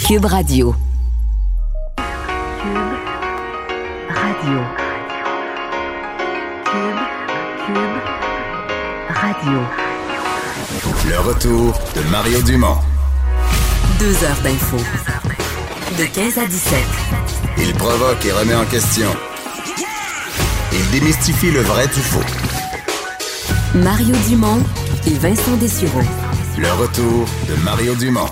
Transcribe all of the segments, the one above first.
Cube Radio. Cube Radio. Cube Radio. Le retour de Mario Dumont. 2 heures d'info. De 15 à 17. Il provoque et remet en question. Il démystifie le vrai du faux. Mario Dumont et Vincent Dessureau. Le retour de Mario Dumont.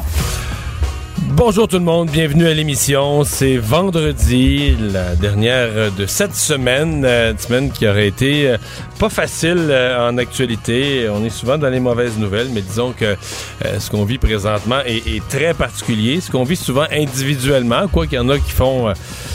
Bonjour tout le monde, bienvenue à l'émission. C'est vendredi, la dernière de cette semaine, une semaine qui aurait été pas facile en actualité. On est souvent dans les mauvaises nouvelles, mais disons que ce qu'on vit présentement est très particulier. Ce qu'on vit souvent individuellement, quoi qu'il y en a qui font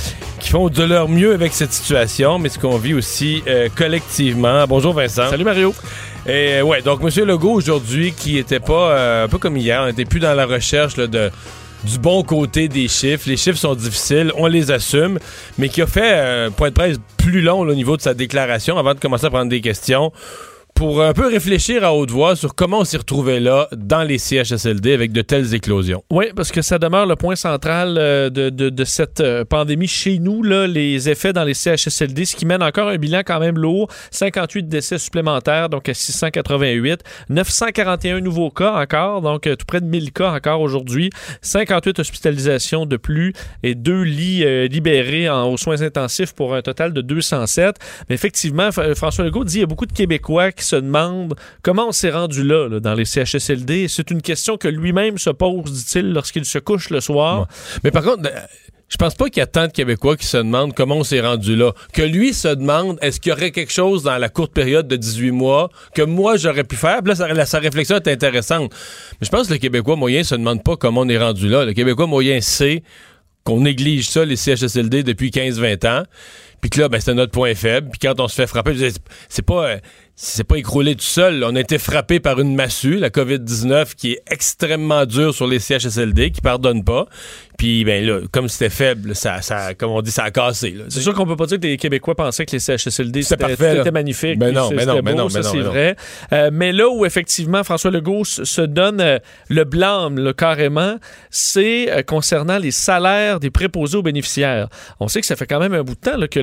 de leur mieux avec cette situation, mais ce qu'on vit aussi collectivement. Bonjour Vincent. Salut Mario. Et ouais, donc M. Legault aujourd'hui, qui était pas un peu comme hier, on n'était plus dans la recherche là, du bon côté des chiffres. Les chiffres sont difficiles, on les assume, mais qui a fait un point de presse plus long là, au niveau de sa déclaration avant de commencer à prendre des questions pour un peu réfléchir à haute voix sur comment on s'y retrouvait là dans les CHSLD avec de telles éclosions. Oui, parce que ça demeure le point central de cette pandémie chez nous, là, les effets dans les CHSLD, ce qui mène encore un bilan quand même lourd. 58 décès supplémentaires, donc à 688. 941 nouveaux cas encore, donc tout près de 1000 cas encore aujourd'hui. 58 hospitalisations de plus et 2 lits libérés aux soins intensifs pour un total de 207. Mais effectivement, François Legault dit qu'il y a beaucoup de Québécois qui se demandent comment on s'est rendu là dans les CHSLD. C'est une question que lui-même se pose, dit-il, lorsqu'il se couche le soir. Ouais. Mais par contre, je pense pas qu'il y a tant de Québécois qui se demandent comment on s'est rendu là. Que lui se demande, est-ce qu'il y aurait quelque chose dans la courte période de 18 mois que moi j'aurais pu faire? Puis là, sa réflexion est intéressante. Mais je pense que le Québécois moyen se demande pas comment on est rendu là. Le Québécois moyen sait qu'on néglige ça, les CHSLD, depuis 15-20 ans. Puis que là, c'est notre point faible. Puis quand on se fait frapper, c'est pas écroulé tout seul. On a été frappé par une massue, la COVID-19, qui est extrêmement dure sur les CHSLD, qui pardonne pas. Puis, là, comme c'était faible, ça comme on dit, ça a cassé. Là. C'est sûr qu'on peut pas dire que les Québécois pensaient que les CHSLD c'était magnifique. Mais non, c'est vrai. Mais là où, effectivement, François Legault se donne le blâme, là, carrément, c'est concernant les salaires des préposés aux bénéficiaires. On sait que ça fait quand même un bout de temps là, que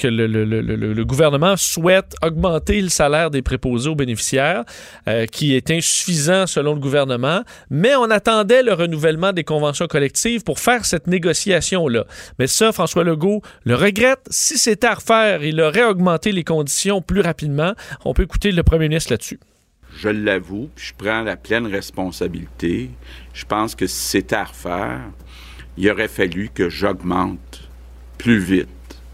le gouvernement souhaite augmenter le salaire des préposés aux bénéficiaires, qui est insuffisant selon le gouvernement, mais on attendait le renouvellement des conventions collectives pour faire cette négociation-là. Mais ça, François Legault le regrette. Si c'était à refaire, il aurait augmenté les conditions plus rapidement. On peut écouter le premier ministre là-dessus. Je l'avoue, puis je prends la pleine responsabilité. Je pense que si c'était à refaire, il aurait fallu que j'augmente plus vite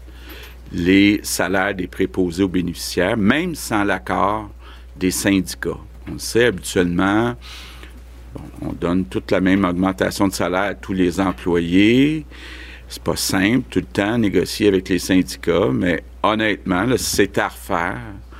les salaires des préposés aux bénéficiaires, même sans l'accord des syndicats. On le sait, habituellement, on donne toute la même augmentation de salaire à tous les employés. C'est pas simple tout le temps négocier avec les syndicats, mais honnêtement, là, si c'était à refaire,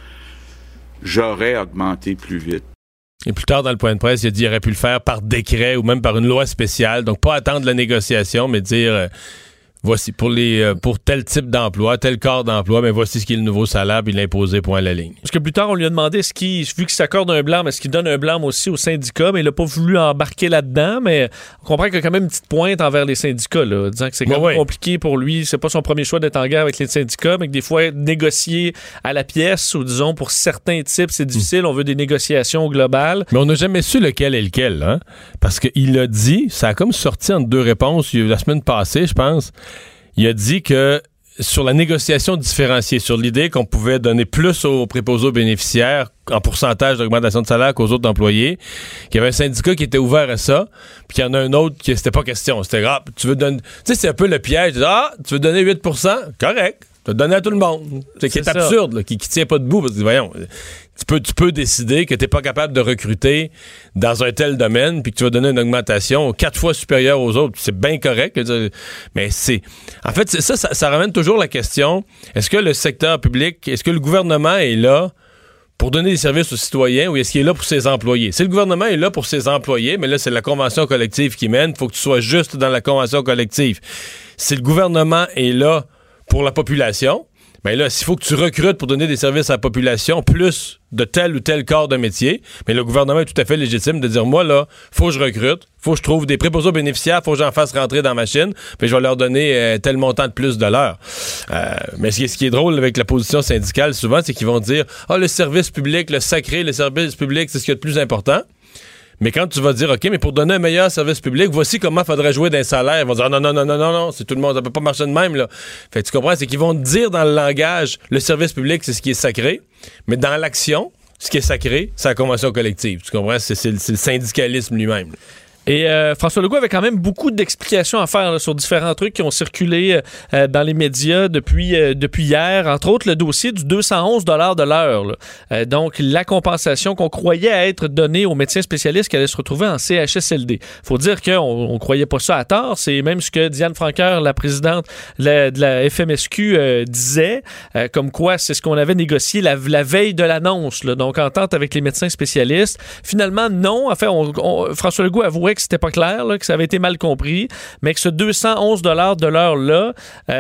j'aurais augmenté plus vite. Et plus tard dans le point de presse, il a dit qu'il aurait pu le faire par décret ou même par une loi spéciale. Donc, pas attendre la négociation, mais dire... voici, pour tel type d'emploi, tel corps d'emploi, mais voici ce qui est le nouveau salaire, puis l'imposer point à la ligne. Parce que plus tard, on lui a demandé, vu qu'il s'accorde un blâme, est-ce qu'il donne un blâme aussi aux syndicats, mais il n'a pas voulu embarquer là-dedans, mais on comprend qu'il y a quand même une petite pointe envers les syndicats, là, disant que c'est quand même compliqué pour lui, c'est pas son premier choix d'être en guerre avec les syndicats, mais que des fois, négocier à la pièce, ou disons, pour certains types, c'est difficile, on veut des négociations globales. Mais on n'a jamais su lequel est lequel, hein? Parce qu'il a dit, ça a comme sorti entre deux réponses, la semaine passée, je pense. Il a dit que sur la négociation différenciée, sur l'idée qu'on pouvait donner plus aux préposés aux bénéficiaires en pourcentage d'augmentation de salaire qu'aux autres employés, qu'il y avait un syndicat qui était ouvert à ça, puis qu'il y en a un autre qui c'était pas question. C'était grave. Tu veux donner. Tu sais, c'est un peu le piège. Tu veux donner 8%? Correct. Tu vas donner à tout le monde. C'est absurde, là, qui tient pas debout. Parce que, voyons, tu peux décider que tu n'es pas capable de recruter dans un tel domaine, puis que tu vas donner une augmentation 4 fois supérieure aux autres. C'est bien correct. Mais c'est... En fait, ça ramène toujours la question, est-ce que le secteur public, est-ce que le gouvernement est là pour donner des services aux citoyens ou est-ce qu'il est là pour ses employés? Si le gouvernement est là pour ses employés, mais là, c'est la convention collective qui mène, il faut que tu sois juste dans la convention collective. Si le gouvernement est là pour la population, bien là, s'il faut que tu recrutes pour donner des services à la population, plus de tel ou tel corps de métier, mais le gouvernement est tout à fait légitime de dire, moi, là, faut que je recrute, faut que je trouve des préposés aux bénéficiaires, faut que j'en fasse rentrer dans ma machine, puis je vais leur donner tel montant de plus de l'heure. Mais ce qui est drôle avec la position syndicale, souvent, c'est qu'ils vont dire, le service public, le sacré, le service public, c'est ce qu'il y a de plus important. Mais quand tu vas dire, OK, mais pour donner un meilleur service public, voici comment il faudrait jouer d'un salaire. Ils vont dire, non, c'est tout le monde, ça peut pas marcher de même, là. Fait que tu comprends, c'est qu'ils vont te dire dans le langage, le service public, c'est ce qui est sacré, mais dans l'action, ce qui est sacré, c'est la convention collective. Tu comprends? C'est le syndicalisme lui-même, là. Et François Legault avait quand même beaucoup d'explications à faire là, sur différents trucs qui ont circulé dans les médias depuis hier. Entre autres, le dossier du 211 $ de l'heure. Donc, la compensation qu'on croyait être donnée aux médecins spécialistes qui allaient se retrouver en CHSLD. Faut dire qu'on ne croyait pas ça à tort. C'est même ce que Diane Franqueur, la présidente de la FMSQ, disait, comme quoi c'est ce qu'on avait négocié la veille de l'annonce. Là. Donc, entente avec les médecins spécialistes. Finalement, non. En fait, François Legault avouait que c'était pas clair, là, que ça avait été mal compris, mais que ce 211 $ de l'heure-là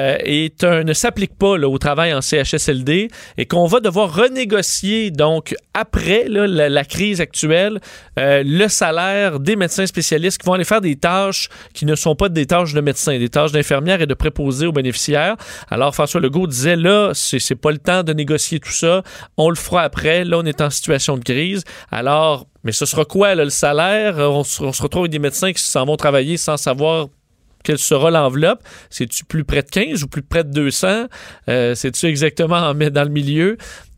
ne s'applique pas là, au travail en CHSLD et qu'on va devoir renégocier, donc, après là, la crise actuelle, le salaire des médecins spécialistes qui vont aller faire des tâches qui ne sont pas des tâches de médecins, des tâches d'infirmières et de préposés aux bénéficiaires. Alors, François Legault disait, là, c'est pas le temps de négocier tout ça, on le fera après, là, on est en situation de crise. Alors, mais ce sera quoi, là, le salaire? On se retrouve avec des médecins qui s'en vont travailler sans savoir quelle sera l'enveloppe. C'est-tu plus près de 15 ou plus près de 200? C'est-tu exactement dans le milieu?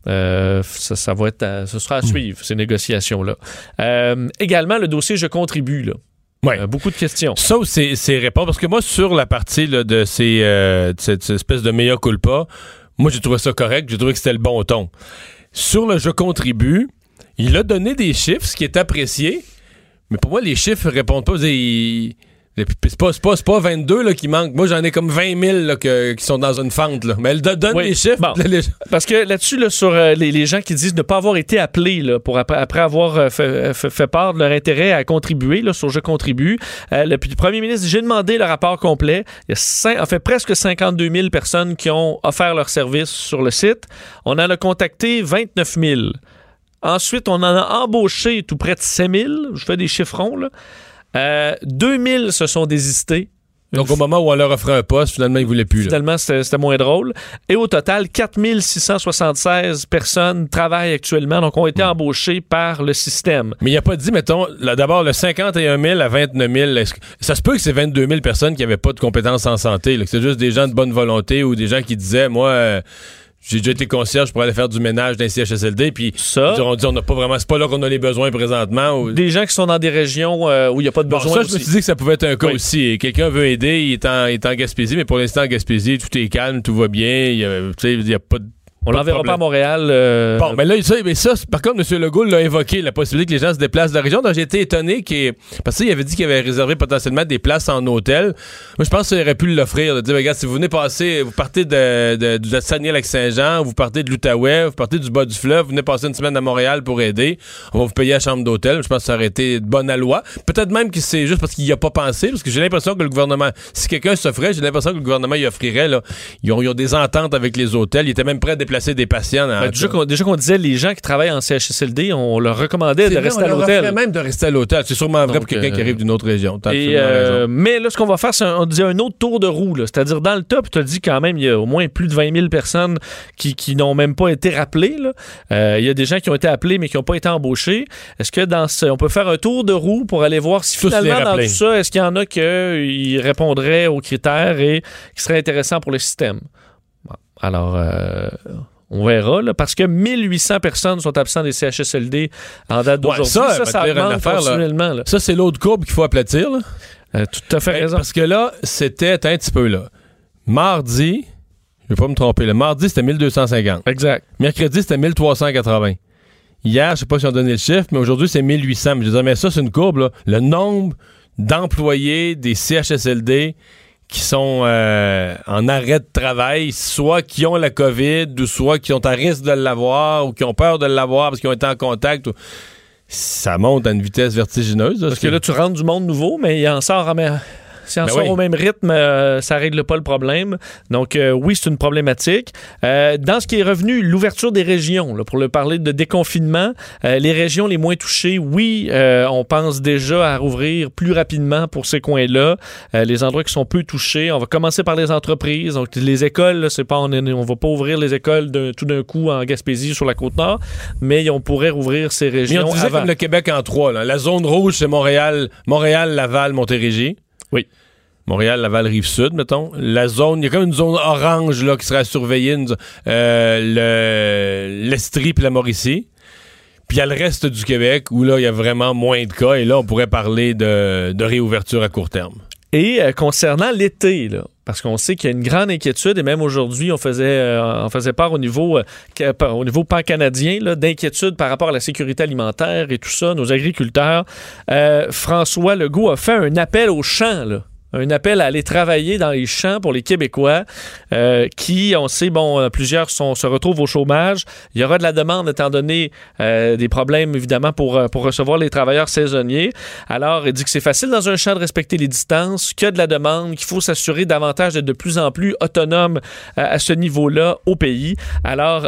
Ça sera à suivre, ces négociations-là. Également, le dossier « Je contribue », là. Ouais. Beaucoup de questions. Ça, c'est répondre. Parce que moi, sur la partie là, de cette espèce de mea culpa, moi, j'ai trouvé ça correct. J'ai trouvé que c'était le bon ton. Sur le « Je contribue », il a donné des chiffres, ce qui est apprécié, mais pour moi, les chiffres répondent pas. C'est pas 22 là, qui manquent. Moi, j'en ai comme 20 000 là, qui sont dans une fente. Là. Mais elle donne les chiffres. Bon. Parce que là-dessus, là, sur les gens qui disent ne pas avoir été appelés là, pour après avoir fait part de leur intérêt à contribuer là, sur « Je contribue », le premier ministre dit « J'ai demandé le rapport complet. » Il y a presque 52 000 personnes qui ont offert leur service sur le site. On en a contacté 29 000. Ensuite, on en a embauché tout près de 7 000. Je fais des chiffrons, là. 2 000 se sont désistés. Donc, au moment où on leur offrait un poste, finalement, ils ne voulaient plus. Là. Finalement, c'était moins drôle. Et au total, 4 676 personnes travaillent actuellement, donc ont été embauchées par le système. Mais il n'a pas dit, mettons, là, d'abord, le 51 000 à 29 000, ça se peut que c'est 22 000 personnes qui n'avaient pas de compétences en santé, là, que c'est juste des gens de bonne volonté ou des gens qui disaient, moi... j'ai déjà été concierge pour aller faire du ménage dans les CHSLD, puis on dit on n'a pas vraiment, c'est pas là qu'on a les besoins présentement. Ou... Des gens qui sont dans des régions où il n'y a pas de besoin. Ça, je me suis dit que ça pouvait être un cas aussi. Et quelqu'un veut aider, il est en Gaspésie, mais pour l'instant, en Gaspésie, tout est calme, tout va bien. Il y a pas de... On l'enverra pas à Montréal. Bon, mais là, ça, par contre, M. Legault l'a évoqué, la possibilité que les gens se déplacent de la région. Donc, j'ai été étonné parce qu'il avait dit qu'il avait réservé potentiellement des places en hôtel. Moi, je pense qu'il aurait pu l'offrir, de dire, regarde, si vous venez passer, vous partez de Saguenay-Lac-Saint-Jean, vous partez de l'Outaouais, vous partez du bas du fleuve, vous venez passer une semaine à Montréal pour aider, on va vous payer la chambre d'hôtel. Je pense que ça aurait été de bonne loi. Peut-être même que c'est juste parce qu'il n'y a pas pensé, parce que j'ai l'impression que le gouvernement, si quelqu'un s'offrait, j'ai l'impression que le gouvernement y offrirait, là. Ils ont des ententes avec les hôtels. Ils étaient même prêts à déplacer des patients. Déjà qu'on disait les gens qui travaillent en CHSLD, on leur recommandait de rester à l'hôtel. Même de rester à l'hôtel. C'est sûrement vrai pour quelqu'un qui arrive d'une autre région. Mais là, ce qu'on va faire, c'est on dit un autre tour de roue. Là. C'est-à-dire, dans le top, tu as dit quand même, il y a au moins plus de 20 000 personnes qui n'ont même pas été rappelées. Il y a des gens qui ont été appelés, mais qui n'ont pas été embauchés. Est-ce que on peut faire un tour de roue pour aller voir si finalement, dans tout ça, est-ce qu'il y en a qui répondraient aux critères et qui seraient intéressants pour le système? Bon, alors... on verra, là, parce que 1800 personnes sont absentes des CHSLD en date d'aujourd'hui. Ça augmente continuellement. Là. Ça, c'est l'autre courbe qu'il faut aplatir. Là. Tout à fait raison. Parce que là, c'était un petit peu là. Mardi, je vais pas me tromper, le mardi, c'était 1250. Exact. Mercredi, c'était 1380. Hier, je sais pas si on donné le chiffre, mais aujourd'hui, c'est 1800. Mais je disais, mais ça, c'est une courbe, là. Le nombre d'employés des CHSLD qui sont en arrêt de travail, soit qui ont la COVID, ou soit qui ont un risque de l'avoir, ou qui ont peur de l'avoir parce qu'ils ont été en contact. Ça monte à une vitesse vertigineuse. Parce que là, tu rentres du monde nouveau, mais il en sort Si on Ben sort oui. au même rythme, ça règle pas le problème. Donc, oui, c'est une problématique. Dans ce qui est revenu, l'ouverture des régions, là, pour le parler de déconfinement, les régions les moins touchées, oui, on pense déjà à rouvrir plus rapidement pour ces coins-là. Les endroits qui sont peu touchés, on va commencer par les entreprises. Donc, les écoles, là, c'est pas, on va pas ouvrir les écoles tout d'un coup en Gaspésie sur la Côte-Nord, mais on pourrait rouvrir ces Mais régions on disait avant. comme le Québec en 3. Là. La zone rouge, c'est Montréal, Laval, Montérégie. Oui. Montréal, Laval, Rive-Sud, mettons. La zone, il y a comme une zone orange là, qui sera surveillée, l'Estrie puis la Mauricie. Puis il y a le reste du Québec où là, il y a vraiment moins de cas. Et là, on pourrait parler de réouverture à court terme. Et concernant l'été, là, parce qu'on sait qu'il y a une grande inquiétude, et même aujourd'hui, on faisait part au niveau pan-canadien là, d'inquiétude par rapport à la sécurité alimentaire et tout ça, nos agriculteurs. François Legault a fait un appel aux champs, là. Un appel à aller travailler dans les champs pour les Québécois qui, on sait, plusieurs se retrouvent au chômage. Il y aura de la demande étant donné des problèmes, évidemment, pour recevoir les travailleurs saisonniers. Alors, il dit que c'est facile dans un champ de respecter les distances, qu'il y a de la demande, qu'il faut s'assurer davantage d'être de plus en plus autonome à ce niveau-là au pays. Alors,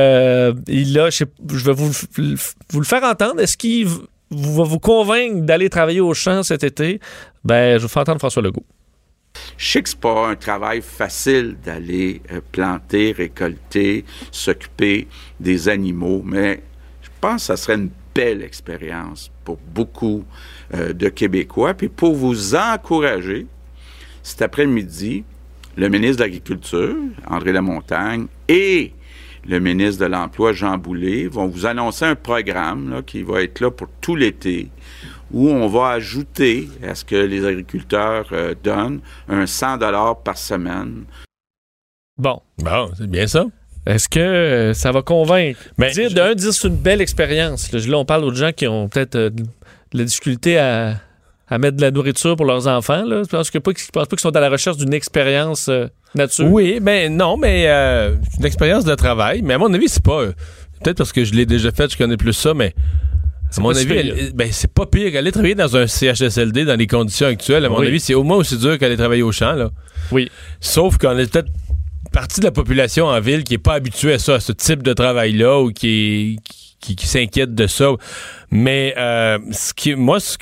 je vais vous le faire entendre. Est-ce qu'il va vous convaincre d'aller travailler au champ cet été? Ben, je vous fais entendre François Legault. Je sais que c'est pas un travail facile d'aller planter, récolter, s'occuper des animaux, mais je pense que ça serait une belle expérience pour beaucoup de Québécois. Puis pour vous encourager, cet après-midi, le ministre de l'Agriculture, André Lamontagne, et le ministre de l'Emploi, Jean Boulet, vont vous annoncer un programme là, qui va être là pour tout l'été, où on va ajouter à ce que les agriculteurs donnent un 100 $ par semaine. Bon, c'est bien ça. est-ce que ça va convaincre? Ben, dire c'est une belle expérience. Là, on parle aux gens qui ont peut-être de la difficulté à mettre de la nourriture pour leurs enfants. Là. Je pense pas qu'ils sont à la recherche d'une expérience nature. Oui, non, mais c'est une expérience de travail. Mais à mon avis, c'est pas... peut-être parce que je l'ai déjà fait, je connais plus ça, mais à mon avis, c'est pas pire. Aller travailler dans un CHSLD dans les conditions actuelles, à mon avis, c'est au moins aussi dur qu'aller travailler au champ. Là. Oui. Sauf qu'on est peut-être partie de la population en ville qui est pas habituée à ça, à ce type de travail-là, ou qui s'inquiète de ça. Mais ce qui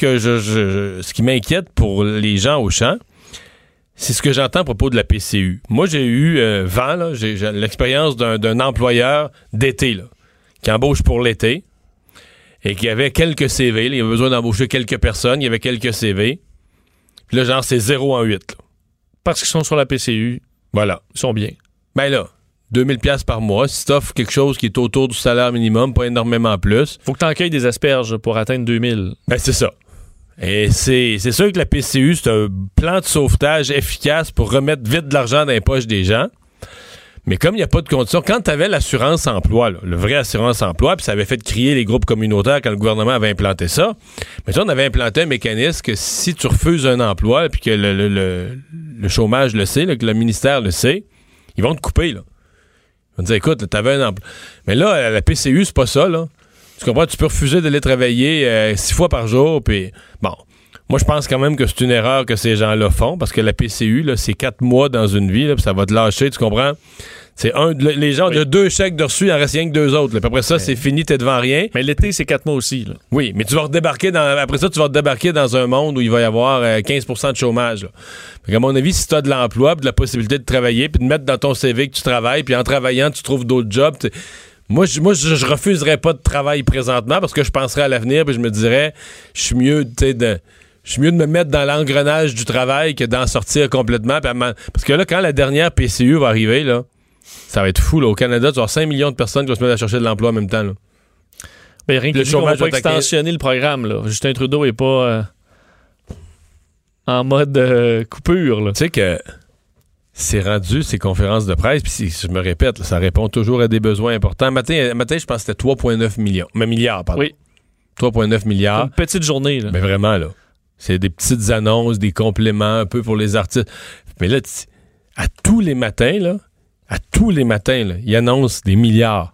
m'inquiète pour les gens au champ, c'est ce que j'entends à propos de la PCU. Moi, j'ai eu vent, là, j'ai l'expérience d'un employeur d'été, là, qui embauche pour l'été et qui avait quelques CV. Là, il avait besoin d'embaucher quelques personnes. Il y avait quelques CV. Puis là, genre, c'est 0 en 8. Là. Parce qu'ils sont sur la PCU. Voilà. Ils sont bien. Ben là, 2000 $ par mois. Si t'offres quelque chose qui est autour du salaire minimum, pas énormément plus. Faut que t'encueilles des asperges pour atteindre 2000. Ben, c'est ça. Et c'est sûr que la PCU, c'est un plan de sauvetage efficace pour remettre vite de l'argent dans les poches des gens. Mais comme il n'y a pas de conditions, quand tu avais l'assurance emploi, là, le vrai assurance emploi, puis ça avait fait crier les groupes communautaires quand le gouvernement avait implanté ça, mais ça, on avait implanté un mécanisme que si tu refuses un emploi, puis que le chômage le sait, là, que le ministère le sait, ils vont te couper. Là. Ils vont te dire, écoute, tu avais un emploi. Mais là, la PCU, c'est pas ça. Là. Tu comprends? Tu peux refuser d'aller travailler 6 fois par jour, puis bon... Moi, je pense quand même que c'est une erreur que ces gens-là font, parce que la PCU, là, c'est 4 mois dans une vie, là, puis ça va te lâcher, tu comprends? C'est les gens, il y a 2 chèques de reçu, il en reste rien que 2 autres. Là. Puis après ça, c'est fini, t'es devant rien. Mais l'été, c'est 4 mois aussi. Là. Oui, mais tu vas redébarquer après ça, tu vas redébarquer dans un monde où il va y avoir 15% de chômage. Là. Fait qu'à mon avis, si tu as de l'emploi, puis de la possibilité de travailler, puis de mettre dans ton CV que tu travailles, puis en travaillant, tu trouves d'autres jobs, Moi, je refuserais pas de travail présentement parce que je penserais à l'avenir, puis je me dirais, je suis mieux de me mettre dans l'engrenage du travail que d'en sortir complètement. Parce que là, quand la dernière PCU va arriver, là, ça va être fou. Là. Au Canada, tu vas avoir 5 millions de personnes qui vont se mettre à chercher de l'emploi en même temps. Là. Il n'y a rien qui dit qu'on va pas extensionner le programme. Là. Justin Trudeau n'est pas en mode coupure. Là. Tu sais que c'est rendu ces conférences de presse, puis je me répète, là, ça répond toujours à des besoins importants. Matin, je pense que c'était 3,9 milliards. Pardon. Oui. 3,9 milliards. Une petite journée. Là. Mais vraiment, là. C'est des petites annonces, des compléments un peu pour les artistes. Mais là, à tous les matins, ils annoncent des milliards.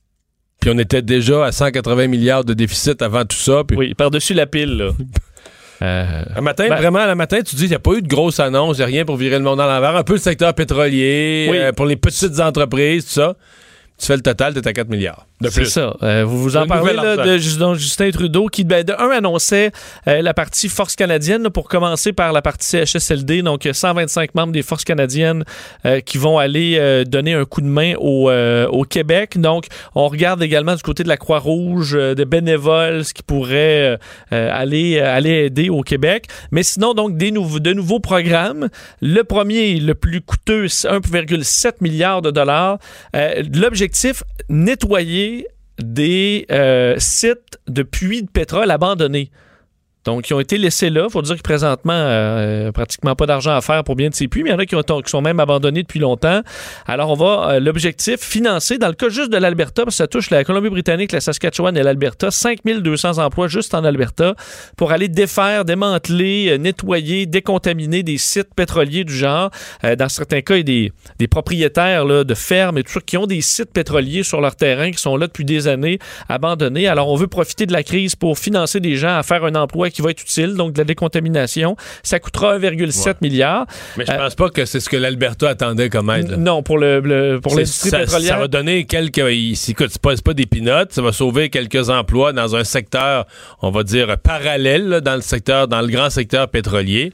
Puis on était déjà à 180 milliards de déficit avant tout ça. Puis... Oui, par-dessus la pile, là. Le matin, tu dis qu'il n'y a pas eu de grosse annonce, il n'y a rien pour virer le monde en l'envers. Un peu le secteur pétrolier, pour les petites entreprises, tout ça. Tu fais le total, t'es à 4 milliards. De plus. C'est ça. Vous en parlez là, de Justin Trudeau qui, annonçait la partie Force canadienne là, pour commencer par la partie CHSLD. Donc, 125 membres des Forces canadiennes qui vont aller donner un coup de main au Québec. Donc, on regarde également du côté de la Croix-Rouge, des bénévoles, ce qui pourrait aller aider au Québec. Mais sinon, donc, de nouveaux programmes. Le premier, le plus coûteux, 1,7 milliard de dollars. L'objectif, nettoyer des sites de puits de pétrole abandonnés. Donc, ils ont été laissés là. Il faut dire que présentement, pratiquement pas d'argent à faire pour bien de ces puits, mais il y en a qui sont même abandonnés depuis longtemps. Alors, on va, l'objectif, financer, dans le cas juste de l'Alberta, parce que ça touche la Colombie-Britannique, la Saskatchewan et l'Alberta, 5200 emplois juste en Alberta, pour aller défaire, démanteler, nettoyer, décontaminer des sites pétroliers du genre. Dans certains cas, il y a des propriétaires là, de fermes et tout ça qui ont des sites pétroliers sur leur terrain, qui sont là depuis des années, abandonnés. Alors, on veut profiter de la crise pour financer des gens à faire un emploi qui va être utile, donc de la décontamination. Ça coûtera 1,7 milliard. Mais je pense pas que c'est ce que l'Alberta attendait comme aide. Non, pour l'industrie pétrolière. Ça va donner écoute, c'est pas des peanuts, ça va sauver quelques emplois dans un secteur, on va dire, parallèle, là, dans le grand secteur pétrolier.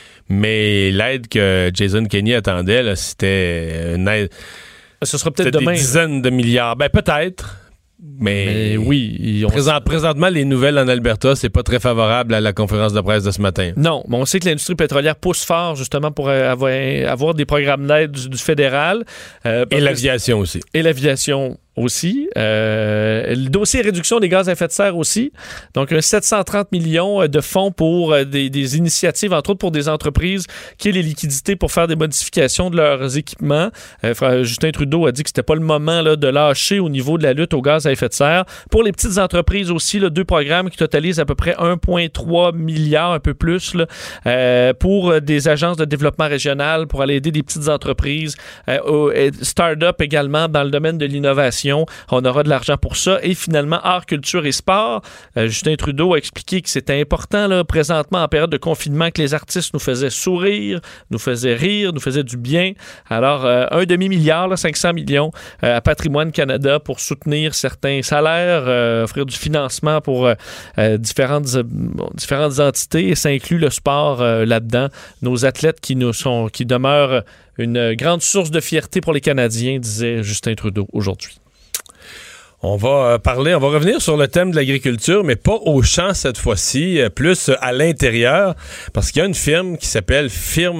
Mais l'aide que Jason Kenney attendait, là, c'était une aide. Ce sera peut-être demain. Des dizaines de milliards. Ben, peut-être. Mais oui, présentement, les nouvelles en Alberta, c'est pas très favorable à la conférence de presse de ce matin. Non, mais on sait que l'industrie pétrolière pousse fort justement pour avoir des programmes d'aide du fédéral. Et l'aviation aussi. Et l'aviation aussi. Le dossier réduction des gaz à effet de serre aussi. Donc, 730 millions de fonds pour des initiatives, entre autres pour des entreprises qui aient les liquidités pour faire des modifications de leurs équipements. Justin Trudeau a dit que c'était pas le moment là, de lâcher au niveau de la lutte aux gaz à effet de serre. Pour les petites entreprises aussi, là, 2 programmes qui totalisent à peu près 1,3 milliard, un peu plus, là, pour des agences de développement régional, pour aller aider des petites entreprises, start-up également dans le domaine de l'innovation. On aura de l'argent pour ça. Et finalement, art, culture et sport. Justin Trudeau a expliqué que c'était important, là, présentement, en période de confinement, que les artistes nous faisaient sourire, nous faisaient rire, nous faisaient du bien. Alors, un demi-milliard, là, 500 millions à Patrimoine Canada pour soutenir certains salaires, offrir du financement pour différentes entités. Et ça inclut le sport là-dedans. Nos athlètes qui demeurent une grande source de fierté pour les Canadiens, disait Justin Trudeau aujourd'hui. On va revenir sur le thème de l'agriculture, mais pas au champ cette fois-ci, plus à l'intérieur, parce qu'il y a une firme qui s'appelle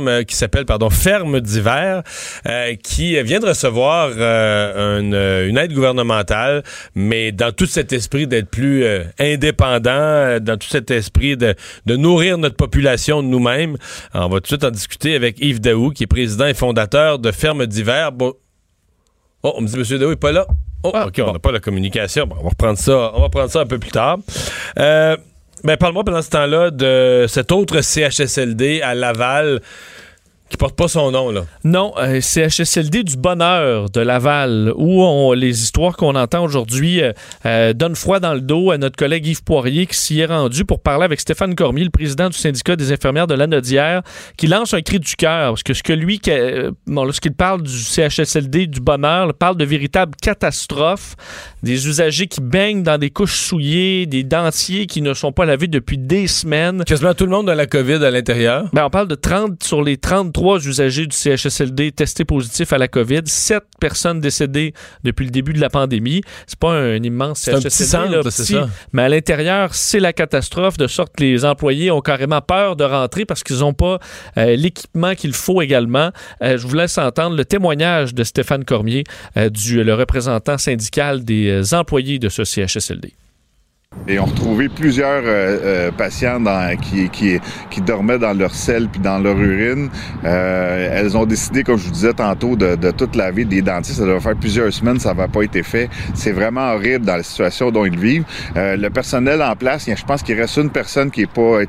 Ferme d'hiver, qui vient de recevoir une aide gouvernementale, mais dans tout cet esprit d'être plus indépendant, dans tout cet esprit de nourrir notre population de nous-mêmes. Alors, on va tout de suite en discuter avec Yves Daou, qui est président et fondateur de Ferme d'hiver. Bon. Oh, on me dit M. Daou n'est pas là. Oh, OK, on n'a pas la communication. Bon, on va reprendre ça un peu plus tard. Parle-moi pendant ce temps-là de cet autre CHSLD à Laval qui porte pas son nom, là. Non, CHSLD du Bonheur de Laval, où les histoires qu'on entend aujourd'hui donnent froid dans le dos à notre collègue Yves Poirier qui s'y est rendu pour parler avec Stéphane Cormier, le président du syndicat des infirmières de Lanaudière, qui lance un cri du cœur, parce que lorsqu'il parle du CHSLD du Bonheur, il parle de véritables catastrophes, des usagers qui baignent dans des couches souillées, des dentiers qui ne sont pas lavés depuis des semaines. Quasiment tout le monde a la COVID à l'intérieur. On parle de 30 sur les 33 usagers du CHSLD testés positifs à la COVID, 7 personnes décédées depuis le début de la pandémie. C'est pas un immense CHSLD, c'est un petit centre, c'est ça. Mais à l'intérieur, c'est la catastrophe, de sorte que les employés ont carrément peur de rentrer parce qu'ils n'ont pas l'équipement qu'il faut également. Je vous laisse entendre le témoignage de Stéphane Cormier, le représentant syndical des employés de ce CHSLD. Et on retrouvait plusieurs patients qui dormaient dans leur selle puis dans leur urine. Elles ont décidé, comme je vous disais tantôt, de tout laver des dentiers. Ça doit faire plusieurs semaines, ça n'avait pas été fait. C'est vraiment horrible dans la situation dont ils vivent. Le personnel en place, je pense qu'il reste une personne qui n'a pas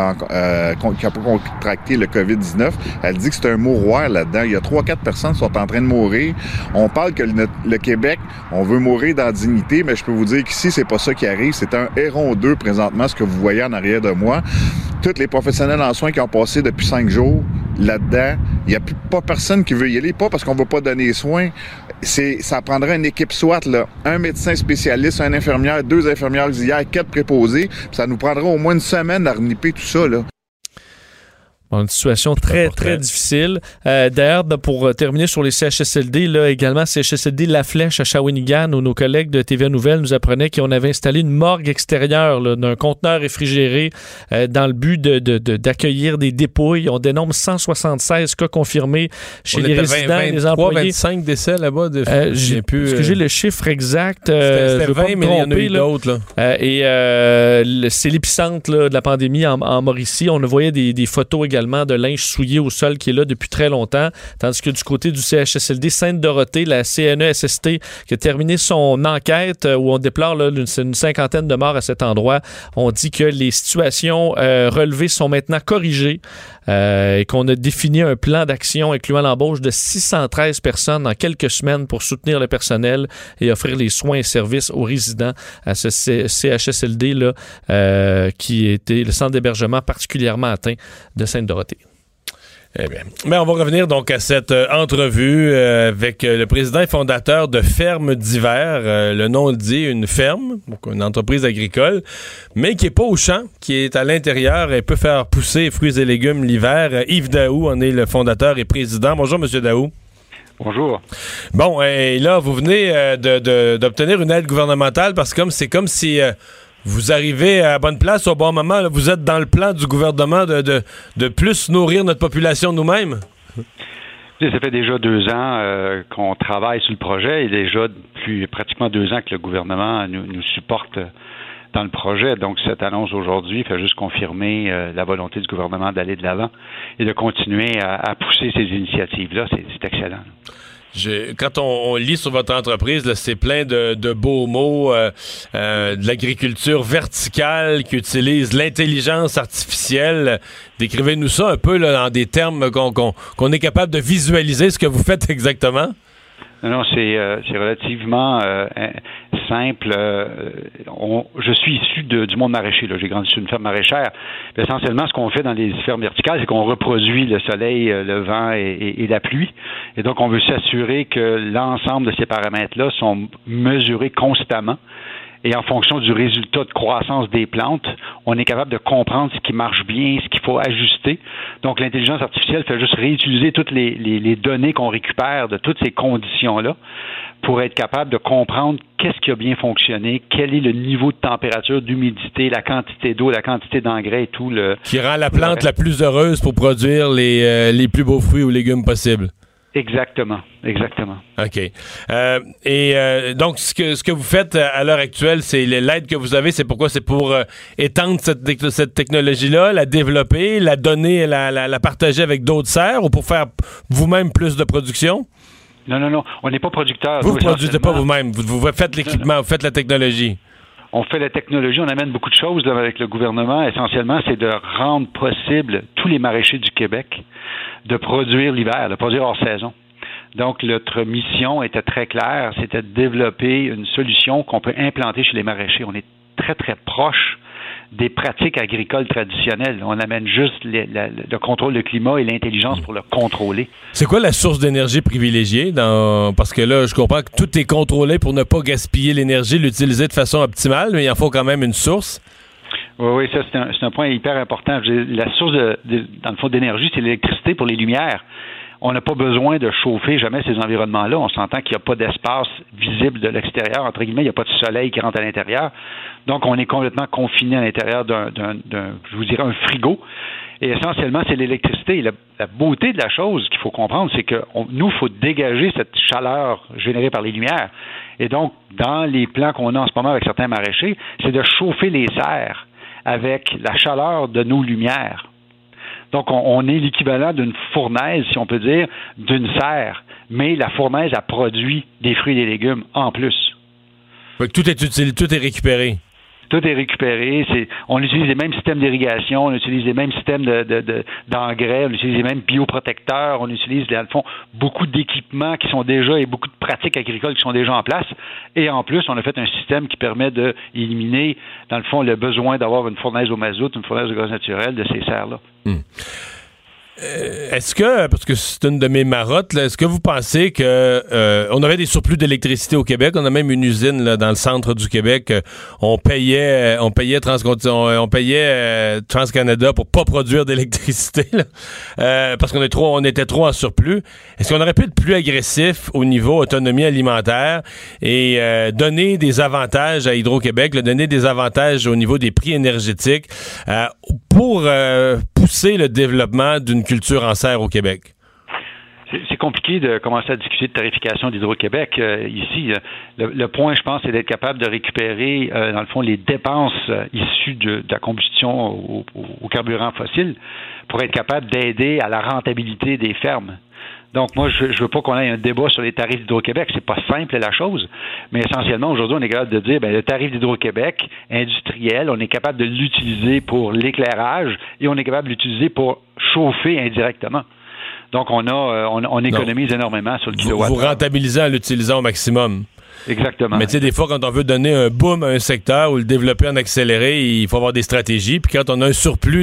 contracté le COVID-19. Elle dit que c'est un mouroir là-dedans. Il y a 3-4 personnes qui sont en train de mourir. On parle que le Québec, on veut mourir dans la dignité, mais je peux vous dire qu'ici, c'est pas ça qui arrive. C'est C'est un Héron 2 présentement, ce que vous voyez en arrière de moi. Tous les professionnels en soins qui ont passé depuis 5 jours là-dedans, il n'y a pas personne qui veut y aller, pas parce qu'on ne veut pas donner soin. Ça prendrait une équipe SWAT, là, un médecin spécialiste, un infirmière, 2 infirmières auxiliaires, 4 préposés, puis ça nous prendra au moins une semaine à reniper tout ça, là. Une situation très, très difficile. D'ailleurs, pour terminer sur les CHSLD, là, également, CHSLD La Flèche à Shawinigan, où nos collègues de TVA Nouvelles nous apprenaient qu'on avait installé une morgue extérieure là, d'un conteneur réfrigéré dans le but d'accueillir des dépouilles. On dénombre 176 cas confirmés chez les résidents et les employés. 25 décès là-bas. Est-ce que j'ai le chiffre exact? C'était 20, mais il y en a eu d'autres. C'est l'épicentre là, de la pandémie en Mauricie. On voyait des photos également de linge souillé au sol qui est là depuis très longtemps, tandis que du côté du CHSLD Sainte-Dorothée, la CNESST qui a terminé son enquête où on déplore là, une 50aine de morts à cet endroit. On dit que les situations relevées sont maintenant corrigées et qu'on a défini un plan d'action incluant l'embauche de 613 personnes en quelques semaines pour soutenir le personnel et offrir les soins et services aux résidents à ce CHSLD là, qui était le centre d'hébergement particulièrement atteint de Sainte-Dorothée. Eh bien, mais on va revenir donc à cette entrevue avec le président et fondateur de Ferme d'hiver. Le nom le dit, une ferme, donc une entreprise agricole, mais qui est pas au champ, qui est à l'intérieur et peut faire pousser fruits et légumes l'hiver. Yves Daou en est le fondateur et président. Bonjour, Monsieur Daou. Bonjour. Bon, et là, vous venez d'obtenir une aide gouvernementale parce que c'est comme si... vous arrivez à la bonne place au bon moment. Là, vous êtes dans le plan du gouvernement de plus nourrir notre population nous-mêmes? Ça fait déjà 2 ans qu'on travaille sur le projet et déjà depuis pratiquement 2 ans que le gouvernement nous supporte dans le projet. Donc, cette annonce aujourd'hui fait juste confirmer la volonté du gouvernement d'aller de l'avant et de continuer à pousser ces initiatives-là. C'est excellent. Quand on lit sur votre entreprise, là, c'est plein de beaux mots, de l'agriculture verticale qui utilise l'intelligence artificielle. Décrivez-nous ça un peu là, dans des termes qu'on est capable de visualiser ce que vous faites exactement. Non, c'est relativement simple. Je suis issu du monde maraîcher. Là. J'ai grandi sur une ferme maraîchère. Puis, essentiellement, ce qu'on fait dans les fermes verticales, c'est qu'on reproduit le soleil, le vent et la pluie. Et donc, on veut s'assurer que l'ensemble de ces paramètres-là sont mesurés constamment. Et en fonction du résultat de croissance des plantes, on est capable de comprendre ce qui marche bien, ce qu'il faut ajuster. Donc, l'intelligence artificielle fait juste réutiliser toutes les données qu'on récupère de toutes ces conditions-là pour être capable de comprendre qu'est-ce qui a bien fonctionné, quel est le niveau de température, d'humidité, la quantité d'eau, la quantité d'engrais et tout. Qui rend la plante la plus heureuse pour produire les plus beaux fruits ou légumes possibles. Exactement. OK. Donc, ce que vous faites à l'heure actuelle, c'est l'aide que vous avez, c'est pourquoi? C'est pour étendre cette technologie-là, la développer, la donner, la partager avec d'autres serres ou pour faire vous-même plus de production? Non. On n'est pas producteur. Vous ne produisez pas vous-même. Vous faites l'équipement, vous faites la technologie. On fait la technologie, on amène beaucoup de choses là, avec le gouvernement. Essentiellement, c'est de rendre possible tous les maraîchers du Québec de produire l'hiver, de produire hors saison. Donc, notre mission était très claire, c'était de développer une solution qu'on peut implanter chez les maraîchers. On est très, très proche des pratiques agricoles traditionnelles. On amène juste le contrôle du climat et l'intelligence pour le contrôler. C'est quoi la source d'énergie privilégiée? Parce que là, je comprends que tout est contrôlé pour ne pas gaspiller l'énergie, l'utiliser de façon optimale, mais il en faut quand même une source. Oui, ça, c'est un point hyper important. La source, dans le fond, d'énergie, c'est l'électricité pour les lumières. On n'a pas besoin de chauffer jamais ces environnements-là. On s'entend qu'il n'y a pas d'espace visible de l'extérieur. Entre guillemets, il n'y a pas de soleil qui rentre à l'intérieur. Donc, on est complètement confiné à l'intérieur je vous dirais, un frigo. Et essentiellement, c'est l'électricité. Et la beauté de la chose qu'il faut comprendre, c'est que nous, il faut dégager cette chaleur générée par les lumières. Et donc, dans les plans qu'on a en ce moment avec certains maraîchers, c'est de chauffer les serres avec la chaleur de nos lumières. Donc, on est l'équivalent d'une fournaise, si on peut dire, d'une serre. Mais la fournaise a produit des fruits et des légumes en plus. Tout est utile, tout est récupéré. Tout est récupéré. On utilise les mêmes systèmes d'irrigation, on utilise les mêmes systèmes d'engrais, on utilise les mêmes bioprotecteurs, on utilise, dans le fond, beaucoup d'équipements qui sont déjà et beaucoup de pratiques agricoles qui sont déjà en place. Et en plus, on a fait un système qui permet d'éliminer, dans le fond, le besoin d'avoir une fournaise au mazout, une fournaise de gaz naturel de ces serres-là. Est-ce que, parce que c'est une de mes marottes, là, est-ce que vous pensez que on avait des surplus d'électricité au Québec? On a même une usine là, dans le centre du Québec. On payait TransCanada pour pas produire d'électricité parce on était trop en surplus. Est-ce qu'on aurait pu être plus agressif au niveau autonomie alimentaire et donner des avantages à Hydro-Québec, donner des avantages au niveau des prix énergétiques pour pousser le développement d'une culture en serre au Québec? C'est compliqué de commencer à discuter de tarification d'Hydro-Québec ici. Le point, je pense, c'est d'être capable de récupérer, dans le fond, les dépenses issues de la combustion au carburant fossile pour être capable d'aider à la rentabilité des fermes. Donc, moi, je veux pas qu'on ait un débat sur les tarifs d'Hydro-Québec. C'est pas simple, la chose. Mais essentiellement, aujourd'hui, on est capable de dire, le tarif d'Hydro-Québec industriel, on est capable de l'utiliser pour l'éclairage et on est capable de l'utiliser pour chauffer indirectement. Donc, on économise énormément sur le kilowatt. Vous rentabilisez en l'utilisant au maximum. Exactement. Mais tu sais, des fois, quand on veut donner un boom à un secteur ou le développer en accéléré, il faut avoir des stratégies. Puis quand on a un surplus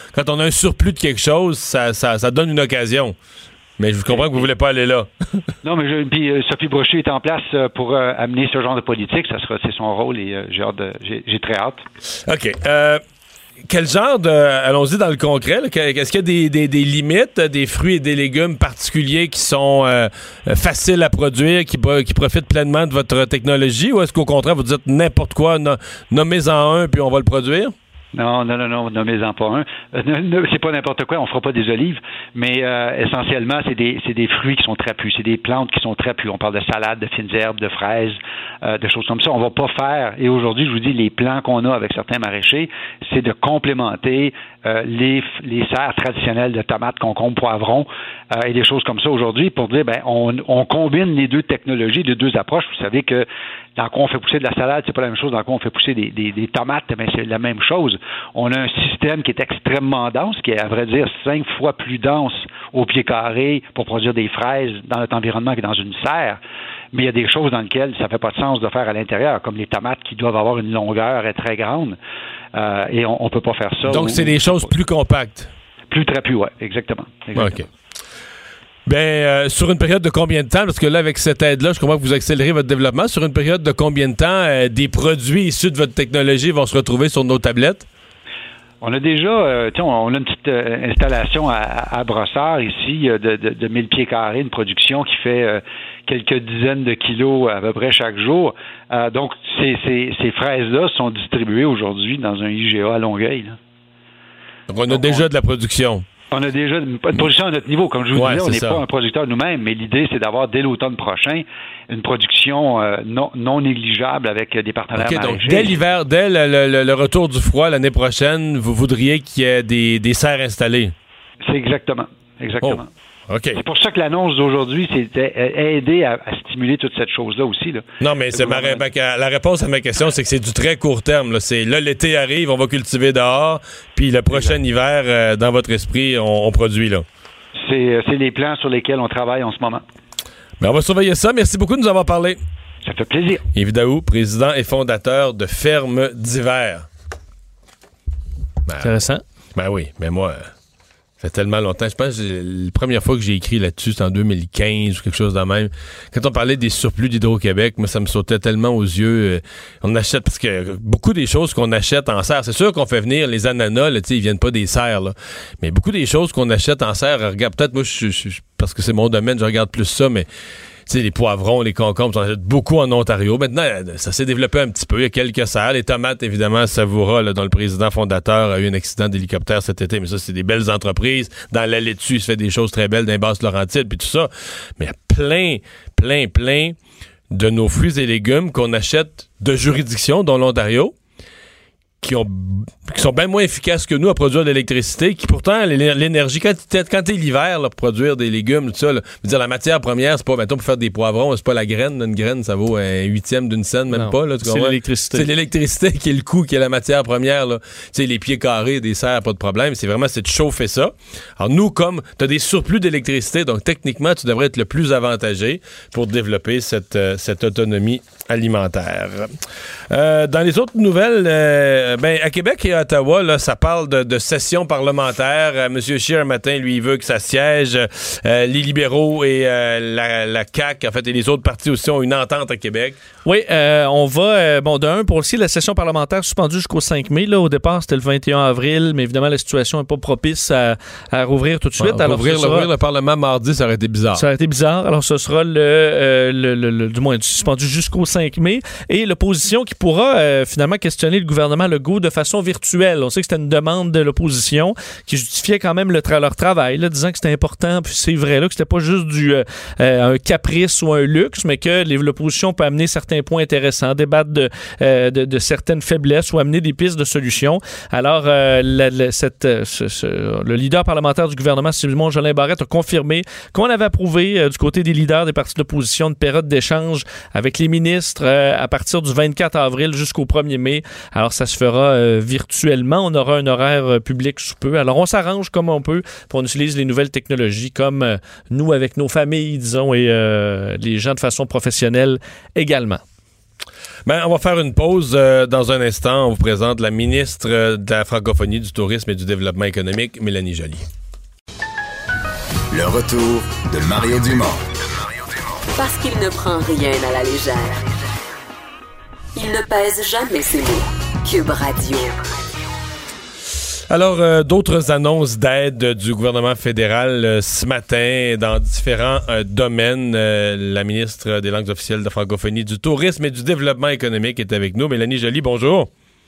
de quelque chose, ça donne une occasion. Mais je comprends que vous voulez pas aller là. Non, mais puis Sophie Brochu est en place pour amener ce genre de politique. C'est son rôle et j'ai très hâte. OK. Quel genre allons-y dans le concret, là, est-ce qu'il y a des limites, des fruits et des légumes particuliers qui sont faciles à produire, qui profitent pleinement de votre technologie, ou est-ce qu'au contraire, vous dites n'importe quoi, nommez-en un, puis on va le produire? Non, nommez-en pas un. C'est pas n'importe quoi, on fera pas des olives, mais essentiellement, c'est des fruits qui sont trapus, c'est des plantes qui sont trapus. On parle de salade, de fines herbes, de fraises, de choses comme ça. On va pas faire, et aujourd'hui, je vous dis, les plans qu'on a avec certains maraîchers, c'est de complémenter les serres traditionnelles de tomates, concombres, poivrons et des choses comme ça aujourd'hui pour dire, on combine les deux technologies, les deux approches. Vous savez que dans quoi on fait pousser de la salade, c'est pas la même chose. Dans quoi on fait pousser des tomates, mais c'est la même chose. On a un système qui est extrêmement dense, qui est, à vrai dire, 5 fois plus dense au pied carré pour produire des fraises dans notre environnement que dans une serre. Mais il y a des choses dans lesquelles ça fait pas de sens de faire à l'intérieur, comme les tomates qui doivent avoir une longueur très grande. Et on peut pas faire ça. Donc, c'est des choses plus compactes. Plus trapues, oui, exactement. OK. Sur une période de combien de temps? Parce que là, avec cette aide-là, je comprends que vous accélérez votre développement. Sur une période de combien de temps des produits issus de votre technologie vont se retrouver sur nos tablettes? On a déjà, on a une petite installation à Brossard ici de 1000 pieds carrés, une production qui fait quelques dizaines de kilos à peu près chaque jour. Donc, ces fraises-là sont distribuées aujourd'hui dans un IGA à Longueuil. Là. Donc, on a déjà de la production. On a déjà une production à notre niveau. Comme je vous disais, on n'est pas un producteur nous-mêmes, mais l'idée, c'est d'avoir, dès l'automne prochain, une production non négligeable avec des partenaires maraîchers. Donc, dès l'hiver, dès le retour du froid l'année prochaine, vous voudriez qu'il y ait des serres installées? C'est exactement. Oh. Okay. C'est pour ça que l'annonce d'aujourd'hui, c'était aider à stimuler toute cette chose-là aussi. Là. Non, mais la réponse à ma question, c'est que c'est du très court terme. Là, l'été arrive, on va cultiver dehors, puis le prochain hiver, dans votre esprit, on produit. Là. C'est les plans sur lesquels on travaille en ce moment. On va surveiller ça. Merci beaucoup de nous avoir parlé. Ça fait plaisir. Yves Daou, président et fondateur de Ferme d'hiver. Intéressant. Oui, mais moi... Ça fait tellement longtemps. Je pense que la première fois que j'ai écrit là-dessus, c'était en 2015 ou quelque chose de même. Quand on parlait des surplus d'Hydro-Québec, moi, ça me sautait tellement aux yeux. On achète, parce que beaucoup des choses qu'on achète en serre, c'est sûr qu'on fait venir les ananas, là, ils viennent pas des serres, là. Mais beaucoup des choses qu'on achète en serre, regarde, peut-être moi, parce que c'est mon domaine, je regarde plus ça, mais les poivrons, les concombres, on achète beaucoup en Ontario. Maintenant, ça s'est développé un petit peu. Il y a quelques serres. Les tomates, évidemment, Savoura, là, dont le président fondateur a eu un accident d'hélicoptère cet été. Mais ça, c'est des belles entreprises. Dans la laitue, il se fait des choses très belles dans les Basses-Laurentides, puis tout ça. Mais il y a plein de nos fruits et légumes qu'on achète de juridictions, dont l'Ontario, qui sont bien moins efficaces que nous à produire de l'électricité, qui pourtant, l'énergie, quand t'es l'hiver, là, pour produire des légumes, tout ça, là, je veux dire, la matière première, c'est pas, mettons, pour faire des poivrons, c'est pas la graine. Une graine, ça vaut un huitième d'une scène, même pas, là, tu comprends? C'est l'électricité. C'est l'électricité qui est le coût, qui est la matière première, là. Tu sais, les pieds carrés des serres, pas de problème. C'est vraiment, c'est de chauffer ça. Alors, nous, comme t'as des surplus d'électricité, donc techniquement, tu devrais être le plus avantagé pour développer cette autonomie alimentaire. Dans les autres nouvelles, à Québec et à Ottawa, là, ça parle de session parlementaire. M. Scheer, un matin, lui, il veut que ça siège. Les libéraux et la CAQ, en fait, et les autres partis aussi ont une entente à Québec. Oui, on va, pour aussi la session parlementaire suspendue jusqu'au 5 mai. Là, au départ, c'était le 21 avril, mais évidemment, la situation n'est pas propice à rouvrir tout de suite. Ouais, alors, ouvrir le Parlement mardi, ça aurait été bizarre. Ça aurait été bizarre. Alors, ce sera du moins suspendu jusqu'au 5 mai. Et l'opposition qui pourra finalement questionner le gouvernement Legault de façon virtuelle. On sait que c'était une demande de l'opposition qui justifiait quand même leur travail, là, disant que c'était important, puis c'est vrai, là, que c'était pas juste un caprice ou un luxe, mais que l'opposition peut amener certains points intéressants, débattre de certaines faiblesses ou amener des pistes de solutions. Alors, le leader parlementaire du gouvernement, Simon Jolin Barrette, a confirmé qu'on avait approuvé du côté des leaders des partis d'opposition une période d'échange avec les ministres à partir du 24 avril jusqu'au 1er mai. Alors, ça se fera virtuellement. On aura un horaire public sous peu. Alors, on s'arrange comme on peut, puis on utilise les nouvelles technologies comme nous avec nos familles, disons, et les gens de façon professionnelle également. On va faire une pause dans un instant. On vous présente la ministre de la Francophonie, du Tourisme et du Développement économique, Mélanie Joly. Le retour de Mario Dumont. Parce qu'il ne prend rien à la légère. Il ne pèse jamais ses mots. Cube Radio. Alors, d'autres annonces d'aide du gouvernement fédéral ce matin dans différents domaines. La ministre des Langues officielles de la Francophonie, du Tourisme et du Développement économique est avec nous. Mélanie Joly, bonjour.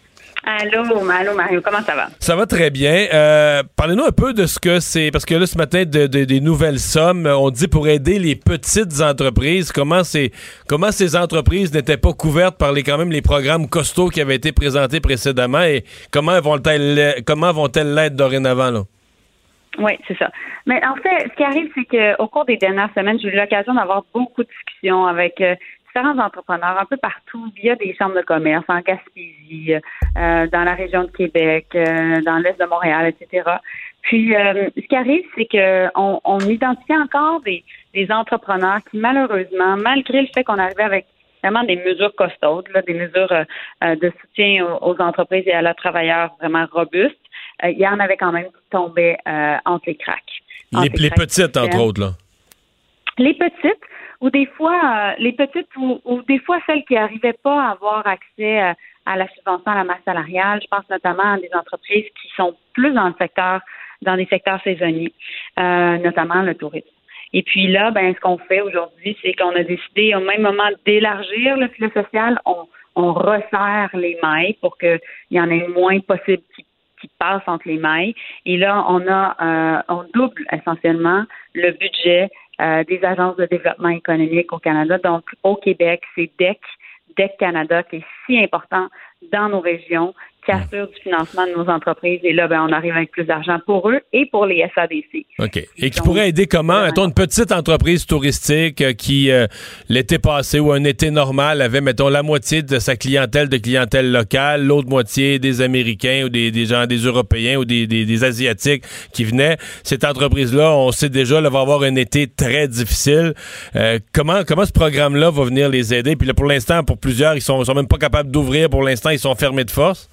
Allô Mario, comment ça va? Ça va très bien. Parlez-nous un peu de ce que c'est, parce que là, ce matin, des nouvelles sommes, on dit pour aider les petites entreprises. Comment ces entreprises n'étaient pas couvertes par quand même les programmes costauds qui avaient été présentés précédemment et comment vont-elles l'être dorénavant, là? Oui, c'est ça. Mais en fait, ce qui arrive, c'est qu'au cours des dernières semaines, j'ai eu l'occasion d'avoir beaucoup de discussions avec différents entrepreneurs un peu partout via des chambres de commerce en Gaspésie, dans la région de Québec, dans l'est de Montréal, etc. Puis, ce qui arrive, c'est qu'on identifie encore des entrepreneurs qui, malheureusement, malgré le fait qu'on arrivait avec vraiment des mesures costaudes, là, des mesures de soutien aux entreprises et à leurs travailleurs vraiment robustes, il y en avait quand même qui tombaient entre les cracks. Les petites, entre autres, là. Les petites, ou des fois ou des fois celles qui n'arrivaient pas à avoir accès à la subvention à la masse salariale. Je pense notamment à des entreprises qui sont plus dans des secteurs saisonniers, notamment le tourisme. Et puis là, ce qu'on fait aujourd'hui, c'est qu'on a décidé au même moment d'élargir le filet social. On resserre les mailles pour qu'il y en ait moins possible qui passent entre les mailles. Et là, on double essentiellement le budget des agences de développement économique au Canada. Donc, au Québec, c'est DEC Canada qui est si important dans nos régions, qui assure du financement de nos entreprises. Et là, on arrive avec plus d'argent pour eux et pour les SADC. OK. Et qui pourrait aider comment? Mettons, une petite entreprise touristique qui, l'été passé ou un été normal, avait, mettons, la moitié de sa clientèle locale, l'autre moitié des Américains ou des gens, des Européens ou des Asiatiques qui venaient. Cette entreprise-là, on sait déjà, elle va avoir un été très difficile. Comment ce programme-là va venir les aider? Puis là, pour l'instant, pour plusieurs, ils sont même pas capables d'ouvrir. Pour l'instant, ils sont fermés de force.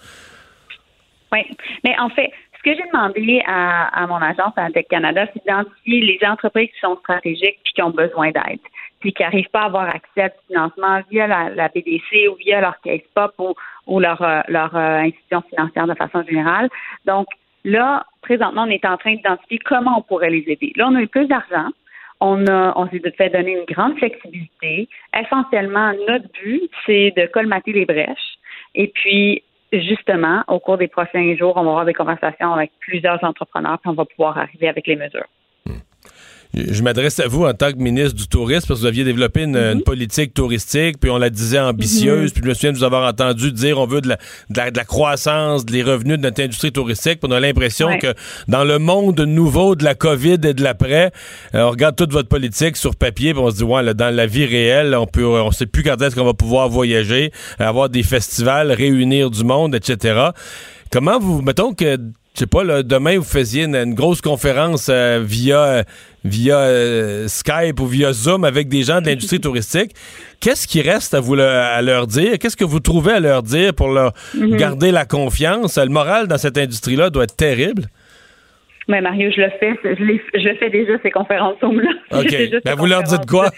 Oui, mais en fait, ce que j'ai demandé à mon agence, à DEC Canada, c'est d'identifier les entreprises qui sont stratégiques et qui ont besoin d'aide, puis qui n'arrivent pas à avoir accès à du financement via la BDC ou via leur Case Pop ou leur institution financière de façon générale. Donc là, présentement, on est en train d'identifier comment on pourrait les aider. Là, on a eu plus d'argent. On s'est fait donner une grande flexibilité. Essentiellement, notre but, c'est de colmater les brèches. Et puis, justement, au cours des prochains jours, on va avoir des conversations avec plusieurs entrepreneurs, puis on va pouvoir arriver avec les mesures. je m'adresse à vous en tant que ministre du Tourisme, parce que vous aviez développé une politique touristique, puis on la disait ambitieuse, puis je me souviens de vous avoir entendu dire on veut de la croissance, des revenus de notre industrie touristique, puis on a l'impression que dans le monde nouveau de la COVID et de l'après, on regarde toute votre politique sur papier, puis on se dit, ouais, là, dans la vie réelle, on sait plus quand est-ce qu'on va pouvoir voyager, avoir des festivals, réunir du monde, etc. Comment vous, mettons que, je sais pas, là, demain, vous faisiez une grosse conférence via Skype ou via Zoom avec des gens de l'industrie touristique. Qu'est-ce qui reste à leur dire? Qu'est-ce que vous trouvez à leur dire pour leur garder la confiance? Le moral dans cette industrie-là doit être terrible. Mais Mario, je le fais. Je fais déjà ces conférences Zoom-là. OK. Ben, vous leur dites quoi?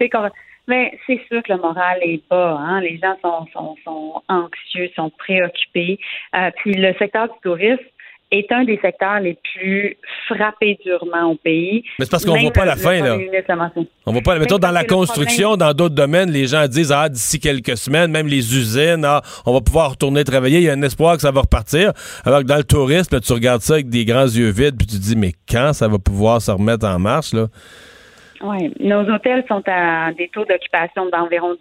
Mais c'est sûr que le moral est bas. Hein? Les gens sont anxieux, sont préoccupés. Puis le secteur du tourisme est un des secteurs les plus frappés durement au pays. Mais c'est parce qu'on ne voit pas la fin, là. On voit pas. Mettons, dans la construction, dans d'autres domaines, les gens disent, d'ici quelques semaines, même les usines, on va pouvoir retourner travailler, il y a un espoir que ça va repartir. Alors que dans le tourisme, là, tu regardes ça avec des grands yeux vides, puis tu te dis, mais quand ça va pouvoir se remettre en marche, là? Oui, nos hôtels sont à des taux d'occupation d'environ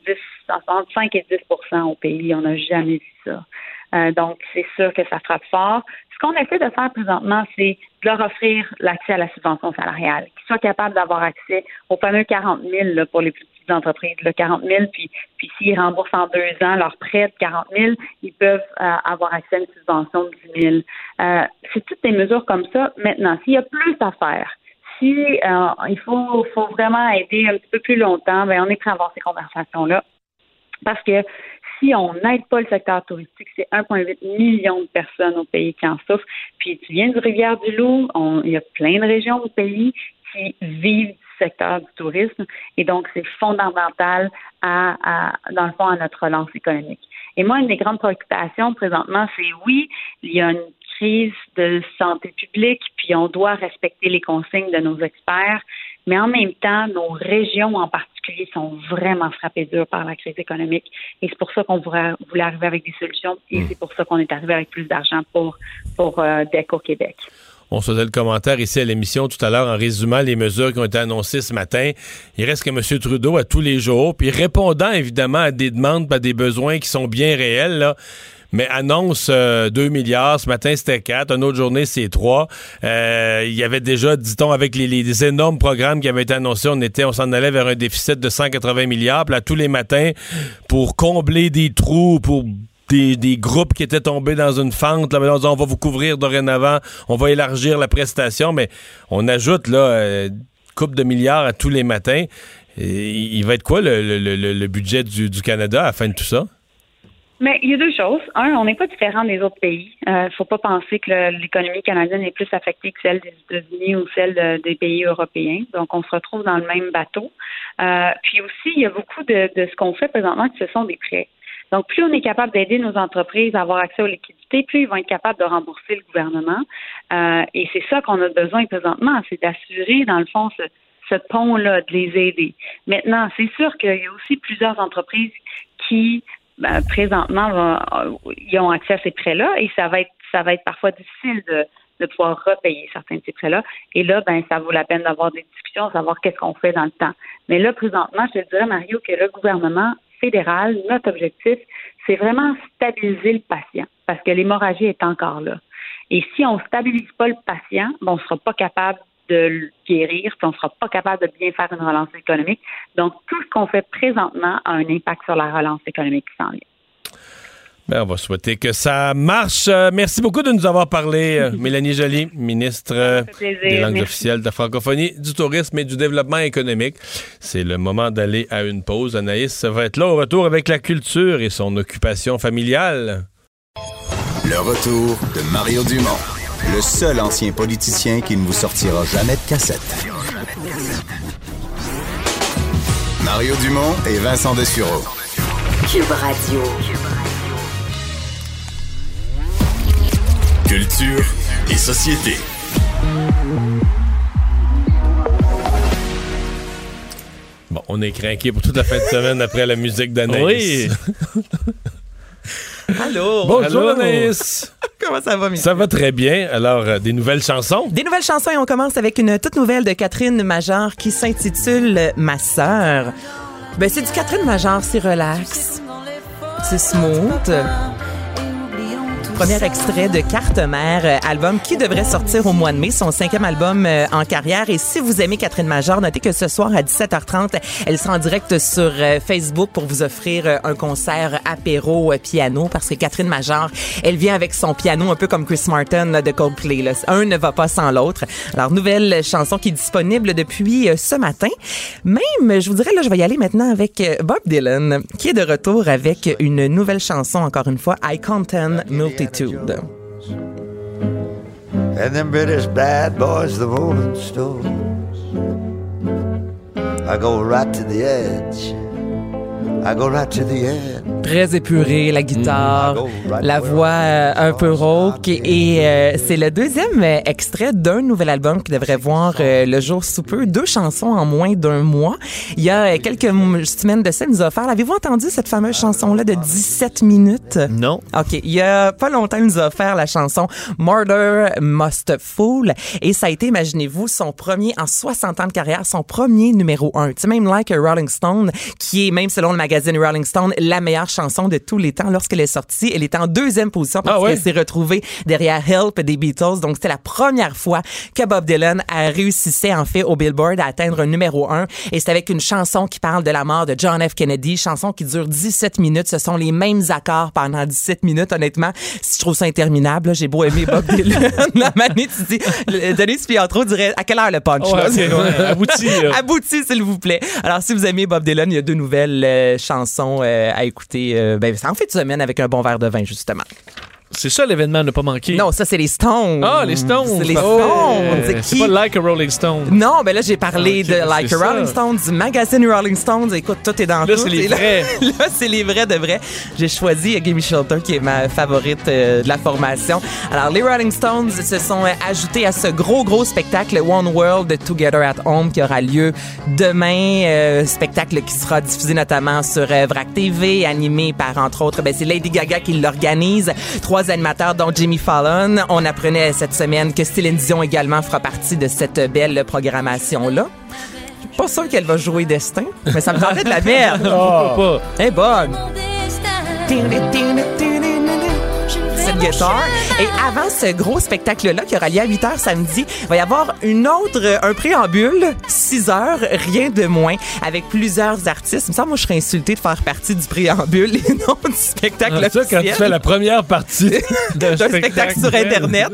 5 et 10 % au pays. On n'a jamais vu ça. Donc, c'est sûr que ça frappe fort. Ce qu'on essaie de faire présentement, c'est de leur offrir l'accès à la subvention salariale, qu'ils soient capables d'avoir accès aux fameux 40 000 là, pour les plus petites entreprises, le 40 000, puis s'ils remboursent en 2 ans leur prêt de 40 000, ils peuvent avoir accès à une subvention de 10 000. C'est toutes des mesures comme ça. Maintenant, s'il y a plus à faire, si il faut vraiment aider un petit peu plus longtemps, bien, on est prêt à avoir ces conversations-là. Parce que si on n'aide pas le secteur touristique, c'est 1,8 million de personnes au pays qui en souffrent. Puis tu viens du Rivière-du-Loup, il y a plein de régions au pays qui vivent du secteur du tourisme. Et donc, c'est fondamental dans le fond, à notre relance économique. Et moi, une des grandes préoccupations présentement, c'est oui, il y a une crise de santé publique, puis on doit respecter les consignes de nos experts, mais en même temps, nos régions en particulier sont vraiment frappées dur par la crise économique. Et c'est pour ça qu'on voulait arriver avec des solutions, et c'est pour ça qu'on est arrivé avec plus d'argent pour DEC au Québec. On se faisait le commentaire ici à l'émission tout à l'heure en résumant les mesures qui ont été annoncées ce matin. Il reste que M. Trudeau à tous les jours, puis répondant évidemment à des demandes, à des besoins qui sont bien réels, là, mais annonce 2 milliards. Ce matin, c'était 4. Une autre journée, c'est 3. Il y avait déjà, dit-on, avec les énormes programmes qui avaient été annoncés, on s'en allait vers un déficit de 180 milliards. Puis là, tous les matins, pour combler des trous, pour des groupes qui étaient tombés dans une fente, là, on dit, on va vous couvrir dorénavant, on va élargir la prestation, mais on ajoute là couple de milliards à tous les matins. Et il va être quoi le budget du Canada à la fin de tout ça? Mais il y a deux choses. Un, on n'est pas différent des autres pays. Faut pas penser que l'économie canadienne est plus affectée que celle des États-Unis ou celle des pays européens. Donc, on se retrouve dans le même bateau. Puis aussi, il y a beaucoup de ce qu'on fait présentement que ce sont des prêts. Donc, plus on est capable d'aider nos entreprises à avoir accès aux liquidités, plus ils vont être capables de rembourser le gouvernement. Et c'est ça qu'on a besoin présentement, c'est d'assurer, dans le fond, ce pont-là, de les aider. Maintenant, c'est sûr qu'il y a aussi plusieurs entreprises qui présentement, ils ont accès à ces prêts-là et ça va être parfois difficile de pouvoir repayer certains de ces prêts-là. Et là, ça vaut la peine d'avoir des discussions, savoir qu'est-ce qu'on fait dans le temps. Mais là, présentement, je te dirais, Mario, que le gouvernement fédéral, notre objectif, c'est vraiment stabiliser le patient parce que l'hémorragie est encore là. Et si on ne stabilise pas le patient, on ne sera pas capable de le guérir, puis on ne sera pas capable de bien faire une relance économique. Donc, tout ce qu'on fait présentement a un impact sur la relance économique qui s'en vient. On va souhaiter que ça marche. Merci beaucoup de nous avoir parlé, Mélanie Joly, ministre des langues officielles de la francophonie, du tourisme et du développement économique. C'est le moment d'aller à une pause. Anaïs va être là au retour avec la culture et son occupation familiale. Le retour de Mario Dumont. Le seul ancien politicien qui ne vous sortira jamais de cassette. Mario Dumont et Vincent Dessureau. Cube Radio. Culture et société. Bon, on est craqué pour toute la fin de semaine après la musique d'Anaïs. Oui. Allô. Bonjour, Anaïs. Comment ça va, messieurs? Ça va très bien. Alors, des nouvelles chansons? Des nouvelles chansons et on commence avec une toute nouvelle de Catherine Major qui s'intitule « Ma sœur ». Ben, c'est du Catherine Major, c'est relax, c'est smooth. Premier extrait de Carte Mère, album qui devrait sortir au mois de mai, son 5e album en carrière. Et si vous aimez Catherine Major, notez que ce soir à 17h30, elle sera en direct sur Facebook pour vous offrir un concert apéro piano parce que Catherine Major, elle vient avec son piano un peu comme Chris Martin de Coldplay. Là. Un ne va pas sans l'autre. Alors, nouvelle chanson qui est disponible depuis ce matin. Même, je vous dirais, là, je vais y aller maintenant avec Bob Dylan, qui est de retour avec une nouvelle chanson, encore une fois, I Contain Multitude. And them British bad boys, the Rolling Stones, I go right to the edge. I go right to the edge. Très épuré, la guitare, la voix un peu rauque. Et c'est le deuxième extrait d'un nouvel album qui devrait voir le jour sous peu. 2 chansons en moins d'1 mois. Il y a quelques semaines de ça, il nous a offert. Avez-vous entendu cette fameuse chanson-là de 17 minutes? Non. OK. Il y a pas longtemps, il nous a offert la chanson Murder Must Fool. Et ça a été, imaginez-vous, son premier, en 60 ans de carrière, son premier numéro 1. Tu sais, même like a Rolling Stone, qui est, même selon le magazine Rolling Stone, la meilleure chanson de tous les temps. Lorsqu'elle est sortie, elle était en 2e position parce qu'elle s'est retrouvée derrière Help des Beatles. Donc, c'était la première fois que Bob Dylan a réussissait, en fait, au Billboard à atteindre un numéro 1. Et c'est avec une chanson qui parle de la mort de John F. Kennedy, chanson qui dure 17 minutes. Ce sont les mêmes accords pendant 17 minutes. Honnêtement, si je trouve ça interminable, là, j'ai beau aimer Bob Dylan. La manée, tu dis, Denis Pietro dirait à quelle heure le punch? Ouais, là? Abouti. Abouti, s'il vous plaît. Alors, si vous aimez Bob Dylan, il y a 2 nouvelles chansons à écouter. Ça en fait une semaine avec un bon verre de vin, justement. C'est ça l'événement à ne pas manquer. Non, ça, c'est les Stones. Ah, les Stones. C'est les Stones. C'est pas Like a Rolling Stone. Non, ben là, j'ai parlé de Like a Rolling Stone, du magazine Rolling Stones. Écoute, tout est dans là, tout. C'est les vrais. Là, c'est les vrais de vrais. J'ai choisi Gimme Shelter, qui est ma favorite de la formation. Alors, les Rolling Stones se sont ajoutés à ce gros spectacle One World Together at Home qui aura lieu demain. Spectacle qui sera diffusé notamment sur VRAC TV, animé par, entre autres, c'est Lady Gaga qui l'organise. 3 animateurs, dont Jimmy Fallon. On apprenait cette semaine que Céline Dion également fera partie de cette belle programmation-là. Je suis pas sûr qu'elle va jouer Destin, mais ça me tentait de la merde. Pourquoi pas? Elle est bonne. Cette guitare. Et avant ce gros spectacle-là qui aura lieu à 8h samedi, il va y avoir un préambule, 6h, rien de moins, avec plusieurs artistes. Il me semble, moi, je serais insultée de faire partie du préambule et non du spectacle officiel. Ça, quand tu fais la première partie d'un spectacle sur Internet.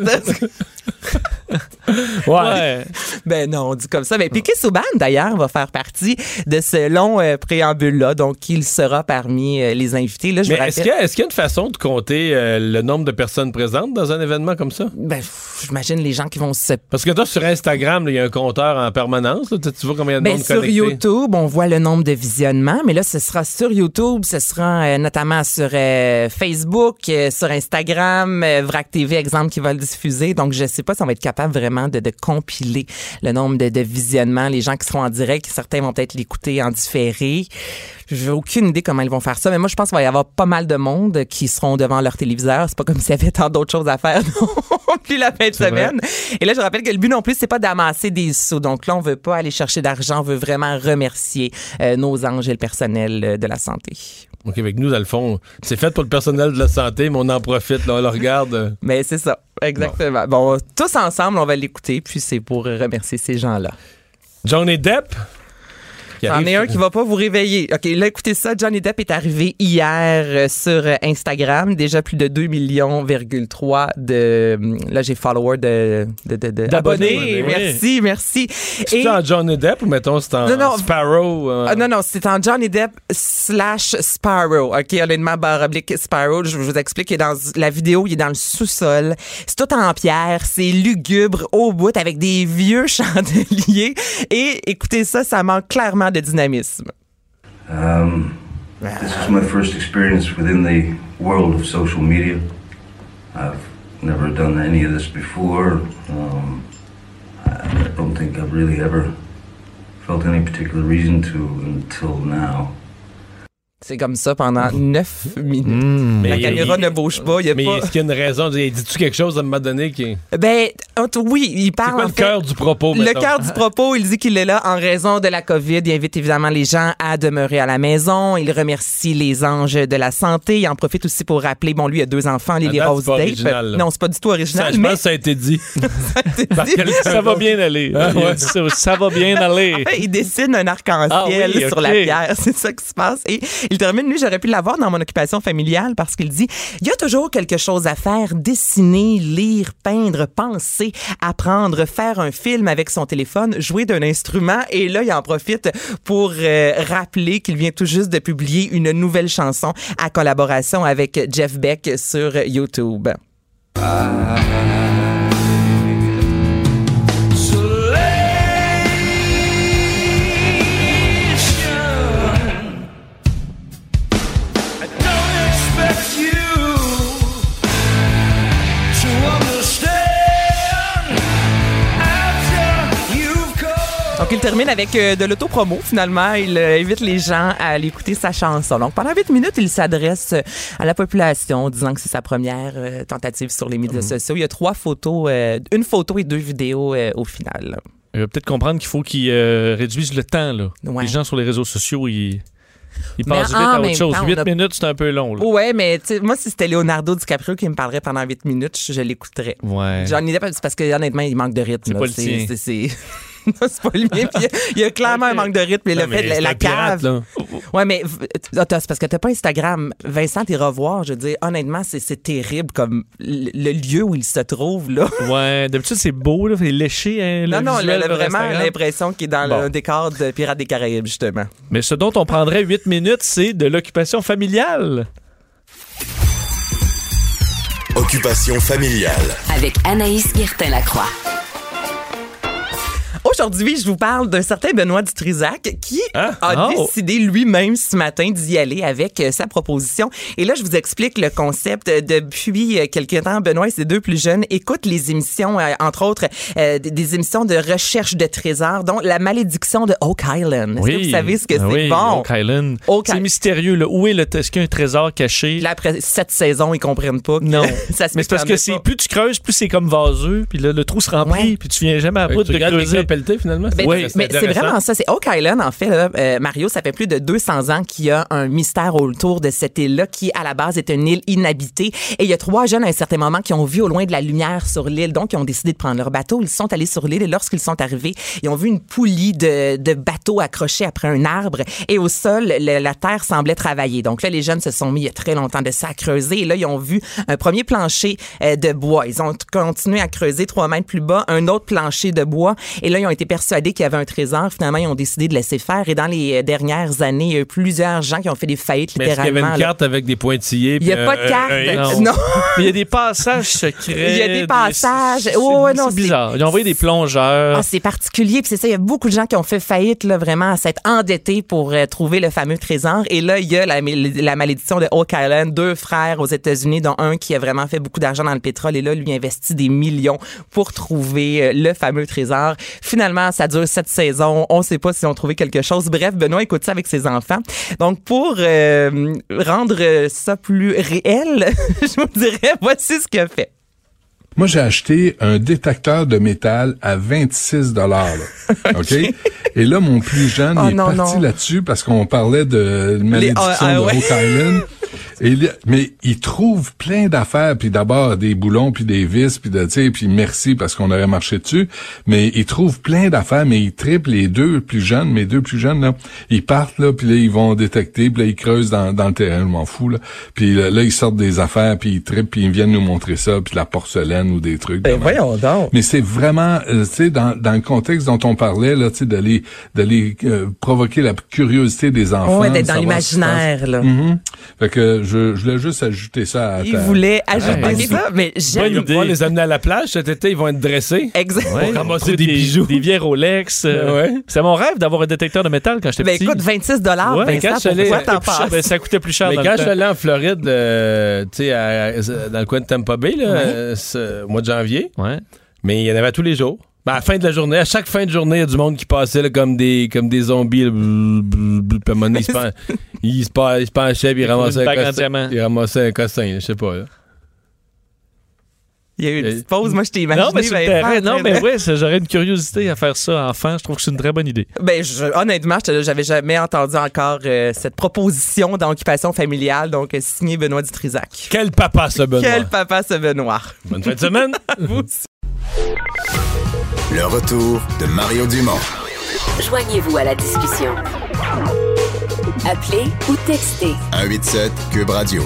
Ouais. Ben non, on dit comme ça. Ben, Piqué Souban, d'ailleurs, va faire partie de ce long préambule-là. Donc, il sera parmi les invités. Là, mais est-ce qu'il y a une façon de compter le nombre de personnes présentes dans un événement comme ça? Ben, j'imagine les gens qui vont se... Parce que toi, sur Instagram, il y a un compteur en permanence. Là, tu vois combien de monde sur connecté? YouTube, on voit le nombre de visionnements. Mais là, ce sera sur YouTube. Ce sera notamment sur Facebook, sur Instagram, VRAC TV, exemple, qui va le diffuser. Donc, je sais pas si on va être capable vraiment de compiler le nombre de visionnements. Les gens qui seront en direct, certains vont peut-être l'écouter en différé. J'ai aucune idée comment ils vont faire ça, mais moi, je pense qu'il va y avoir pas mal de monde qui seront devant leur téléviseur. C'est pas comme s'il y avait tant d'autres choses à faire non plus la fin de semaine. Vrai. Et là, je rappelle que le but non plus, c'est pas d'amasser des sous. Donc là, on veut pas aller chercher d'argent. On veut vraiment remercier nos anges et le personnel de la santé. OK, avec nous, dans le fond, c'est fait pour le personnel de la santé, mais on en profite, là, on le regarde. Mais c'est ça, exactement. Bon, tous ensemble, on va l'écouter, puis c'est pour remercier ces gens-là. Johnny Depp? J'en ai un qui va pas vous réveiller. OK, là, écoutez ça. Johnny Depp est arrivé hier sur Instagram. Déjà plus de 2,3 millions de... Là, j'ai followers d'abonnés. Oui. Merci. C'est en Johnny Depp ou mettons c'est en Sparrow? Non, c'est en Johnny Depp /Sparrow. OK, honnêtement, / Sparrow. Je vous explique qu'il est dans la vidéo, il est dans le sous-sol. C'est tout en pierre. C'est lugubre au bout avec des vieux chandeliers. Et écoutez ça, ça manque clairement de dynamisme. This is my first experience within the world of social media. I've never done any of this before. I don't think I've really ever felt any particular reason to until now. C'est comme ça pendant 9 minutes. La caméra ne bouge pas. Mais est-ce qu'il y a une raison? Dis-tu quelque chose à un moment donné qui... Ben, oui, il parle. C'est quoi en le fait, cœur du propos? Le mettons? cœur du propos, il dit qu'il est là en raison de la COVID. Il invite évidemment les gens à demeurer à la maison. Il remercie les anges de la santé. Il en profite aussi pour rappeler, lui, il a 2 enfants, Lily Rose Depp. Original, non, c'est pas du tout original. Je pense que ça a été dit. Ça va bien aller. Ça va bien aller. En fait, il dessine un arc-en-ciel sur la pierre. C'est ça qui se passe. Et il termine, lui, j'aurais pu l'avoir dans mon occupation familiale parce qu'il dit, il y a toujours quelque chose à faire, dessiner, lire, peindre, penser, apprendre, faire un film avec son téléphone, jouer d'un instrument. Et là, il en profite pour rappeler qu'il vient tout juste de publier une nouvelle chanson à collaboration avec Jeff Beck sur YouTube. Donc, il termine avec de l'autopromo, finalement. Il invite les gens à aller écouter sa chanson. Donc, pendant 8 minutes, il s'adresse à la population, disant que c'est sa première tentative sur les médias sociaux. Il y a 3 photos, une photo et 2 vidéos au final. Il va peut-être comprendre qu'il faut qu'il réduise le temps. Là. Ouais. Les gens sur les réseaux sociaux, ils passent vite à autre chose. 8 minutes, c'est un peu long. Là. Ouais, mais moi, si c'était Leonardo DiCaprio qui me parlerait pendant 8 minutes, je l'écouterais. Ouais. Johnny Depp, c'est parce que honnêtement, il manque de rythme. C'est là. pas le tien. C'est pas le mien. Puis il y a clairement un manque de rythme. Il a fait la cave. Pirate, ouais, mais c'est parce que t'as pas Instagram. Vincent, t'es revoir. Je veux dire, honnêtement, c'est terrible comme le lieu où il se trouve, là. Ouais, d'habitude, c'est beau, là. Il est léché, hein, Non, il a vraiment Instagram. l'impression qu'il est dans le décor de Pirates des Caraïbes, justement. Mais ce dont on prendrait 8 minutes, c'est de l'occupation familiale. Occupation familiale. Avec Anaïs Guertin-Lacroix. Aujourd'hui, je vous parle d'un certain Benoît Dutrisac qui a décidé lui-même ce matin d'y aller avec sa proposition. Et là, je vous explique le concept. Depuis quelque temps, Benoît et ses 2 plus jeunes écoutent les émissions, entre autres, des émissions de recherche de trésors, dont La malédiction de Oak Island. Est-ce que vous savez ce que c'est? Oui, bon. Oak Island. C'est mystérieux. Là. Où est est-ce qu'il y a un trésor caché? Là, après 7 saisons, ils comprennent pas. Non. Ça se mais c'est parce que plus tu creuses, plus c'est comme vaseux, puis là, le trou se remplit, puis tu viens jamais à bout de creuser. Finalement. Oui, mais c'est vraiment ça. C'est Oak Island, en fait, là, Mario, ça fait plus de 200 ans qu'il y a un mystère autour de cette île-là qui, à la base, est une île inhabitée. Et il y a 3 jeunes, à un certain moment, qui ont vu au loin de la lumière sur l'île. Donc, ils ont décidé de prendre leur bateau. Ils sont allés sur l'île et lorsqu'ils sont arrivés, ils ont vu une poulie de bateaux accrochés après un arbre. Et au sol, la terre semblait travailler. Donc là, les jeunes se sont mis il y a très longtemps de ça à creuser. Et là, ils ont vu un premier plancher de bois. Ils ont continué à creuser 3 mètres plus bas, un autre plancher de bois. Et là, ils ont été persuadés qu'il y avait un trésor. Finalement, ils ont décidé de laisser faire. Et dans les dernières années, il y a eu plusieurs gens qui ont fait des faillites, littéralement. Est-ce qu'il y avait une carte avec des pointillés? Il n'y a pas de carte. Non. Mais il y a des passages secrets. Il y a des passages. C'est bizarre. Ils ont envoyé des plongeurs. Ah, c'est particulier. Puis c'est ça, il y a beaucoup de gens qui ont fait faillite, là, vraiment, à s'être endettés pour trouver le fameux trésor. Et là, il y a la malédiction de Oak Island. 2 frères aux États-Unis, dont un qui a vraiment fait beaucoup d'argent dans le pétrole. Et là, lui investit des millions pour trouver le fameux trésor. Finalement, ça dure 7 saisons. On ne sait pas si on trouvé quelque chose. Bref, Benoît écoute ça avec ses enfants. Donc, pour rendre ça plus réel, je vous dirais, voici ce qu'il a fait. Moi, j'ai acheté un détecteur de métal à 26 $. OK? Et là, mon plus jeune est parti là-dessus parce qu'on parlait de malédiction de Oak Island. Mais il trouve plein d'affaires, puis d'abord des boulons, puis des vis, puis puis merci parce qu'on aurait marché dessus. Mais il trouve plein d'affaires, mais il triple mes 2 plus jeunes, là. Ils partent, là, puis là, ils vont détecter, puis là, ils creusent dans le terrain, je m'en fous, là. Puis là, ils sortent des affaires, puis ils triplent, puis ils viennent nous montrer ça, puis de la porcelaine ou des trucs. Voyons donc. Mais c'est vraiment, tu sais, dans le contexte dont on parlait, là, tu sais, d'aller provoquer la curiosité des enfants. Ouais, d'être dans l'imaginaire, là. Fait que je voulais juste ajouter ça à Il voulait ajouter ça, mais j'aime. Ils vont les amener à la plage cet été, ils vont être dressés. Exactement. Ouais, pour ramasser des bijoux. Des vieilles Rolex. C'est mon rêve d'avoir un détecteur de métal quand j'étais petit. Ben écoute, 26 $, ouais, Vincent, pourquoi t'en passes? Ça coûtait plus cher. Mais dans quand le je suis temps. allé en Floride, tu sais, dans le coin de Tampa Bay, là, au mois de janvier, mais il y en avait tous les jours. Ben, à la fin de la journée, à chaque fin de journée, il y a du monde qui passait là, comme des zombies. Là, puis à un moment donné, il se penchait puis il ramassait un cossin, je sais pas. Là. Il y a eu une petite pause. Moi, je t'ai imaginé. Non, mais ouais, j'aurais une curiosité à faire ça enfant. Je trouve que c'est une très bonne idée. Ben, honnêtement, j'avais jamais entendu encore cette proposition d'occupation familiale. Donc, signé Benoît Dutrisac. Quel papa, ce Benoît. Quel papa, ce Benoît. Bonne fin de semaine. Vous aussi. Le retour de Mario Dumont. Joignez-vous à la discussion. Appelez ou textez. 187 Cube Radio.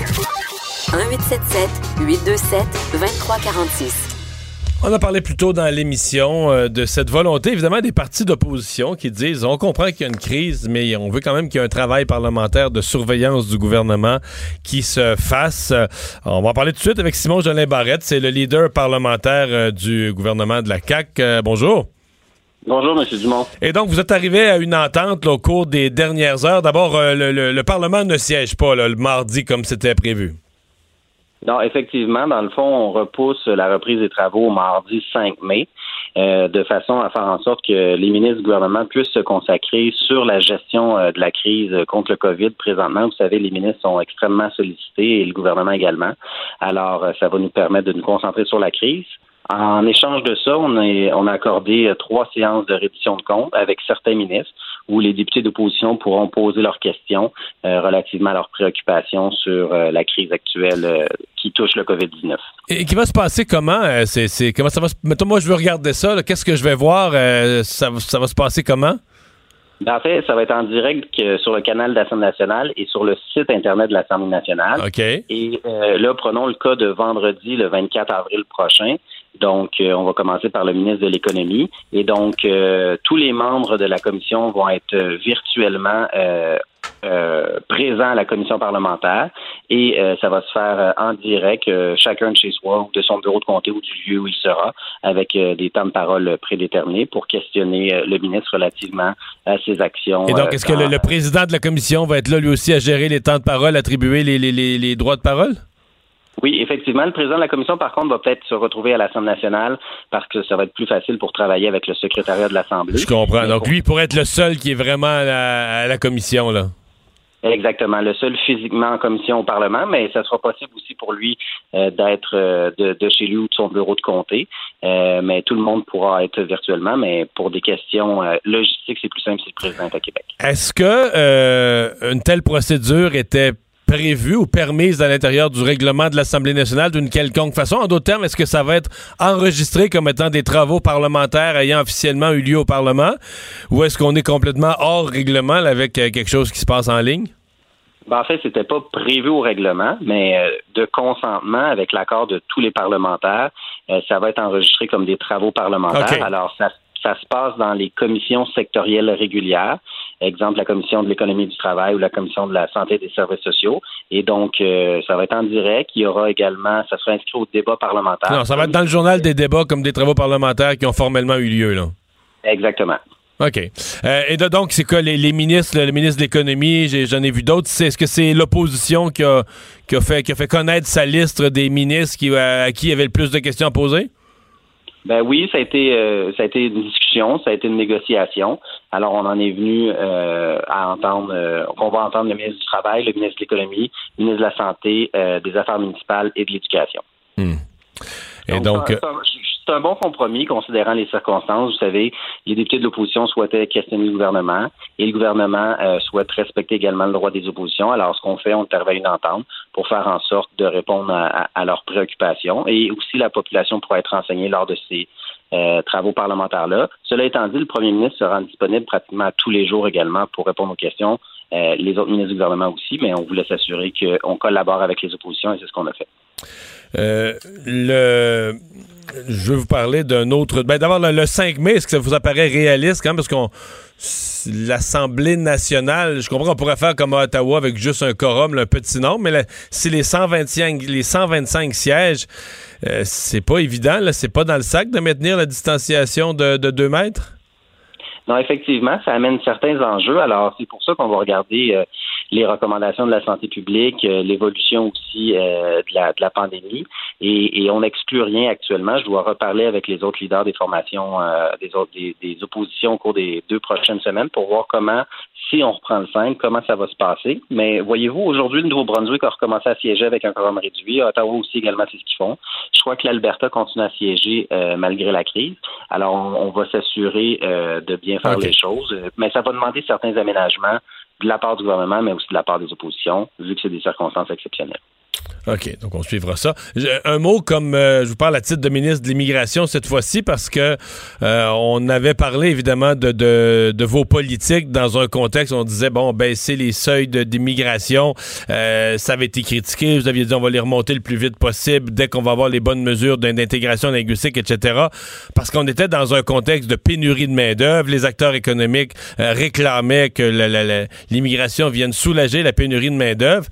1877-827-2346. On a parlé plus tôt dans l'émission de cette volonté, évidemment, des partis d'opposition qui disent on comprend qu'il y a une crise, mais on veut quand même qu'il y ait un travail parlementaire de surveillance du gouvernement qui se fasse. On va en parler tout de suite avec Simon-Jolin Barrette, c'est le leader parlementaire du gouvernement de la CAQ. Bonjour. Bonjour, M. Dumont. Et donc, vous êtes arrivé à une entente là, au cours des dernières heures. D'abord, le Parlement ne siège pas là, le mardi comme c'était prévu. Non, effectivement, dans le fond, on repousse la reprise des travaux au mardi 5 mai, de façon à faire en sorte que les ministres du gouvernement puissent se consacrer sur la gestion de la crise contre le COVID. Présentement, vous savez, les ministres sont extrêmement sollicités et le gouvernement également. Alors, ça va nous permettre de nous concentrer sur la crise. En échange de ça, on a accordé 3 séances de reddition de comptes avec certains ministres où les députés d'opposition pourront poser leurs questions relativement à leurs préoccupations sur la crise actuelle qui touche le COVID-19. Et qui va se passer comment? Comment ça va se... Mettons, moi, je veux regarder ça. Là. Qu'est-ce que je vais voir? Ça va se passer comment? En fait, ça va être en direct sur le canal de l'Assemblée nationale et sur le site Internet de l'Assemblée nationale. OK. Et là, prenons le cas de vendredi, le 24 avril prochain. Donc, on va commencer par le ministre de l'Économie. Et donc, tous les membres de la commission vont être virtuellement présents à la commission parlementaire. Et ça va se faire en direct, chacun de chez soi ou de son bureau de comté ou du lieu où il sera, avec des temps de parole prédéterminés pour questionner le ministre relativement à ses actions. Et donc, est-ce que le président de la commission va être là lui aussi à gérer les temps de parole, attribuer les droits de parole? Oui, effectivement. Le président de la commission, par contre, va peut-être se retrouver à l'Assemblée nationale parce que ça va être plus facile pour travailler avec le secrétariat de l'Assemblée. Je comprends. Donc, lui, il pourrait être le seul qui est vraiment à la commission, là. Exactement. Le seul physiquement en commission au Parlement, mais ça sera possible aussi pour lui d'être de chez lui ou de son bureau de comté. Mais tout le monde pourra être virtuellement, mais pour des questions logistiques, c'est plus simple si le président est à Québec. Est-ce que une telle procédure était prévue ou permise à l'intérieur du règlement de l'Assemblée nationale d'une quelconque façon? En d'autres termes, est-ce que ça va être enregistré comme étant des travaux parlementaires ayant officiellement eu lieu au Parlement? Ou est-ce qu'on est complètement hors règlement là, avec quelque chose qui se passe en ligne? Ben, en fait, c'était pas prévu au règlement, mais de consentement avec l'accord de tous les parlementaires, ça va être enregistré comme des travaux parlementaires. Okay. Alors, ça se passe dans les commissions sectorielles régulières. Exemple, la commission de l'économie et du travail ou la commission de la santé et des services sociaux. Et donc, ça va être en direct. Il y aura également, ça sera inscrit au débat parlementaire. Non, ça va être dans le journal des débats comme des travaux parlementaires qui ont formellement eu lieu, là. Exactement. OK. Et donc, c'est quoi les ministres, le ministre de l'économie, j'en ai vu d'autres. Est-ce que c'est l'opposition qui a fait connaître sa liste des ministres à qui il y avait le plus de questions à poser? Ben oui, ça a été une discussion, ça a été une négociation. Alors, on en est venu à entendre, on va entendre le ministre du Travail, le ministre de l'Économie, le ministre de la Santé, des Affaires municipales et de l'Éducation. Et donc c'est un bon compromis, considérant les circonstances. Vous savez, les députés de l'opposition souhaitaient questionner le gouvernement et le gouvernement souhaite respecter également le droit des oppositions. Alors, ce qu'on fait, on travaille une entente pour faire en sorte de répondre à leurs préoccupations et aussi la population pourra être renseignée lors de ces travaux parlementaires-là. Cela étant dit, le premier ministre sera disponible pratiquement tous les jours également pour répondre aux questions. Les autres ministres du gouvernement aussi, mais on voulait s'assurer qu'on collabore avec les oppositions et c'est ce qu'on a fait. Je veux vous parler d'un autre... Ben, d'abord, le 5 mai, est-ce que ça vous apparaît réaliste quand même? Parce qu'on... L'Assemblée nationale, je comprends qu'on pourrait faire comme à Ottawa avec juste un quorum, un petit nombre, mais si les 125 sièges, c'est pas évident, là, c'est pas dans le sac de maintenir la distanciation de 2 mètres? Non, effectivement, ça amène certains enjeux. Alors, c'est pour ça qu'on va regarder les recommandations de la santé publique, l'évolution aussi de la pandémie. Et on n'exclut rien actuellement. Je dois reparler avec les autres leaders des formations, des oppositions au cours des 2 prochaines semaines pour voir comment, si on reprend le 5, comment ça va se passer. Mais voyez-vous, aujourd'hui, le Nouveau-Brunswick a recommencé à siéger avec un quorum réduit. Ottawa aussi également, c'est ce qu'ils font. Je crois que l'Alberta continue à siéger malgré la crise. Alors, on va s'assurer de bien faire les choses. Mais ça va demander certains aménagements de la part du gouvernement, mais aussi de la part des oppositions, vu que c'est des circonstances exceptionnelles. OK, donc on suivra ça. Un mot comme, je vous parle à titre de ministre de l'Immigration cette fois-ci, parce que on avait parlé évidemment de vos politiques dans un contexte où on disait, bon, baisser les seuils d'immigration, ça avait été critiqué, vous aviez dit on va les remonter le plus vite possible dès qu'on va avoir les bonnes mesures d'intégration linguistique, etc., parce qu'on était dans un contexte de pénurie de main-d'œuvre, les acteurs économiques réclamaient que l'immigration vienne soulager la pénurie de main-d'œuvre.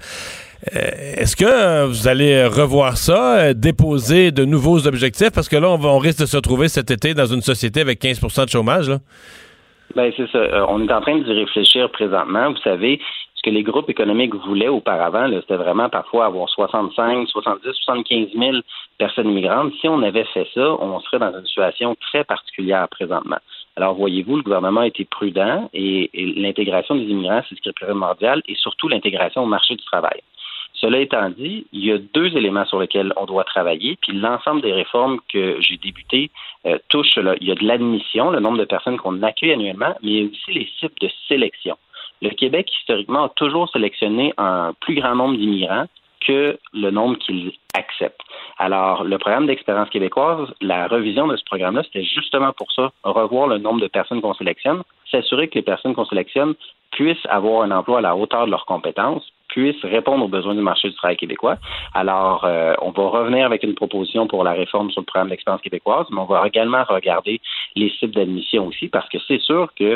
Est-ce que vous allez revoir ça, déposer de nouveaux objectifs? Parce que là, on risque de se retrouver cet été dans une société avec 15% de chômage, là. Ben c'est ça. On est en train d'y réfléchir présentement. Vous savez, ce que les groupes économiques voulaient auparavant, là, c'était vraiment parfois avoir 65, 70, 75 000 personnes immigrantes. Si on avait fait ça, on serait dans une situation très particulière présentement. Alors, voyez-vous, le gouvernement a été prudent et l'intégration des immigrants, c'est ce qui est primordial, et surtout l'intégration au marché du travail. Cela étant dit, il y a 2 éléments sur lesquels on doit travailler, puis l'ensemble des réformes que j'ai débutées touchent là. Il y a de l'admission, le nombre de personnes qu'on accueille annuellement, mais il y a aussi les types de sélection. Le Québec, historiquement, a toujours sélectionné un plus grand nombre d'immigrants que le nombre qu'il accepte. Alors, le programme d'expérience québécoise, la revision de ce programme-là, c'était justement pour ça, revoir le nombre de personnes qu'on sélectionne, s'assurer que les personnes qu'on sélectionne puissent avoir un emploi à la hauteur de leurs compétences, puissent répondre aux besoins du marché du travail québécois. Alors, on va revenir avec une proposition pour la réforme sur le programme d'expérience québécoise, mais on va également regarder les cibles d'admission aussi, parce que c'est sûr que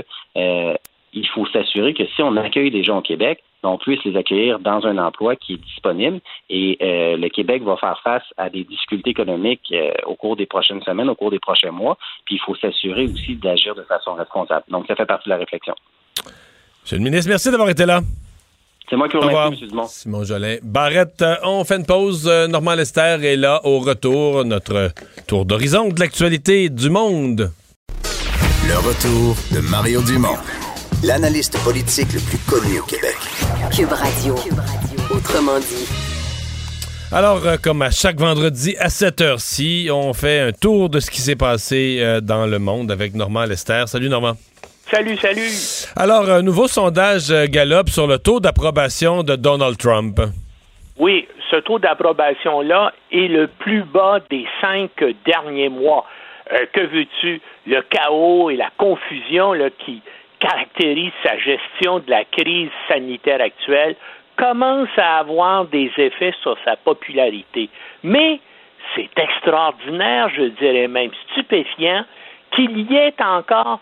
il faut s'assurer que si on accueille des gens au Québec, on puisse les accueillir dans un emploi qui est disponible. Et le Québec va faire face à des difficultés économiques au cours des prochaines semaines, au cours des prochains mois. Puis il faut s'assurer aussi d'agir de façon responsable. Donc, ça fait partie de la réflexion. Monsieur le ministre, merci d'avoir été là. C'est moi qui vous remercie, M. Dumont. Simon Jolin. Barrette, on fait une pause. Normand Lester est là au retour. Notre tour d'horizon de l'actualité du monde. Le retour de Mario Dumont, l'analyste politique le plus connu au Québec. Cube Radio. Autrement dit. Alors, comme à chaque vendredi à cette heure-ci, on fait un tour de ce qui s'est passé dans le monde avec Normand Lester. Salut, Normand. Salut. Alors, un nouveau sondage Gallup sur le taux d'approbation de Donald Trump. Oui, ce taux d'approbation-là est le plus bas des 5 derniers mois. Que veux-tu? Le chaos et la confusion là, qui caractérise sa gestion de la crise sanitaire actuelle commence à avoir des effets sur sa popularité. Mais c'est extraordinaire, je dirais même stupéfiant, qu'il y ait encore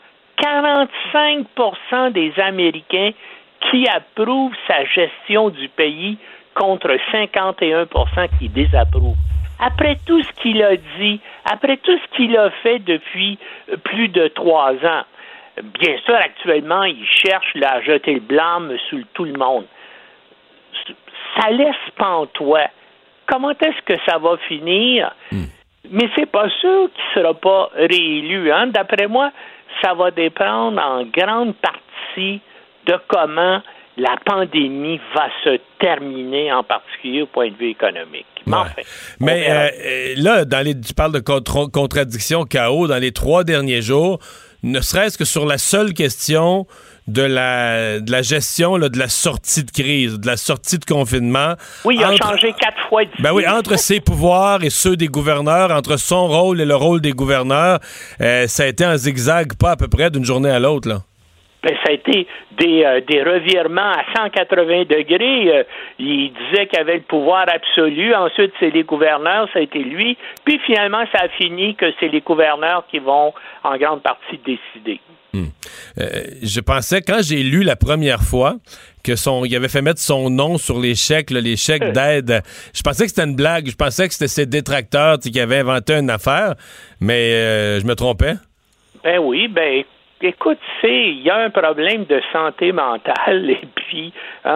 45% des Américains qui approuvent sa gestion du pays contre 51% qui désapprouvent. Après tout ce qu'il a dit, après tout ce qu'il a fait depuis plus de 3 ans, bien sûr, actuellement, il cherche à jeter le blâme sur tout le monde. Ça laisse pantois. Comment est-ce que ça va finir? Mais c'est pas sûr qu'il sera pas réélu. Hein? D'après moi, ça va dépendre en grande partie de comment la pandémie va se terminer, en particulier au point de vue économique. Mais, enfin, là, tu parles de contradiction, chaos, dans les 3 derniers jours, ne serait-ce que sur la seule question de la gestion là, de la sortie de crise, de la sortie de confinement. Oui, il a changé 4 fois d'idée. Ben oui, entre ses pouvoirs et ceux des gouverneurs, entre son rôle et le rôle des gouverneurs, ça a été un zigzag pas à peu près d'une journée à l'autre, là. Ben, ça a été des revirements à 180 degrés. Il disait qu'il avait le pouvoir absolu. Ensuite, c'est les gouverneurs, ça a été lui. Puis finalement, ça a fini que c'est les gouverneurs qui vont en grande partie décider. Je pensais, quand j'ai lu la première fois qu'il avait fait mettre son nom sur les chèques d'aide, je pensais que c'était une blague. Je pensais que c'était ses détracteurs qui avaient inventé une affaire, mais je me trompais. Ben oui, écoute, il y a un problème de santé mentale et puis,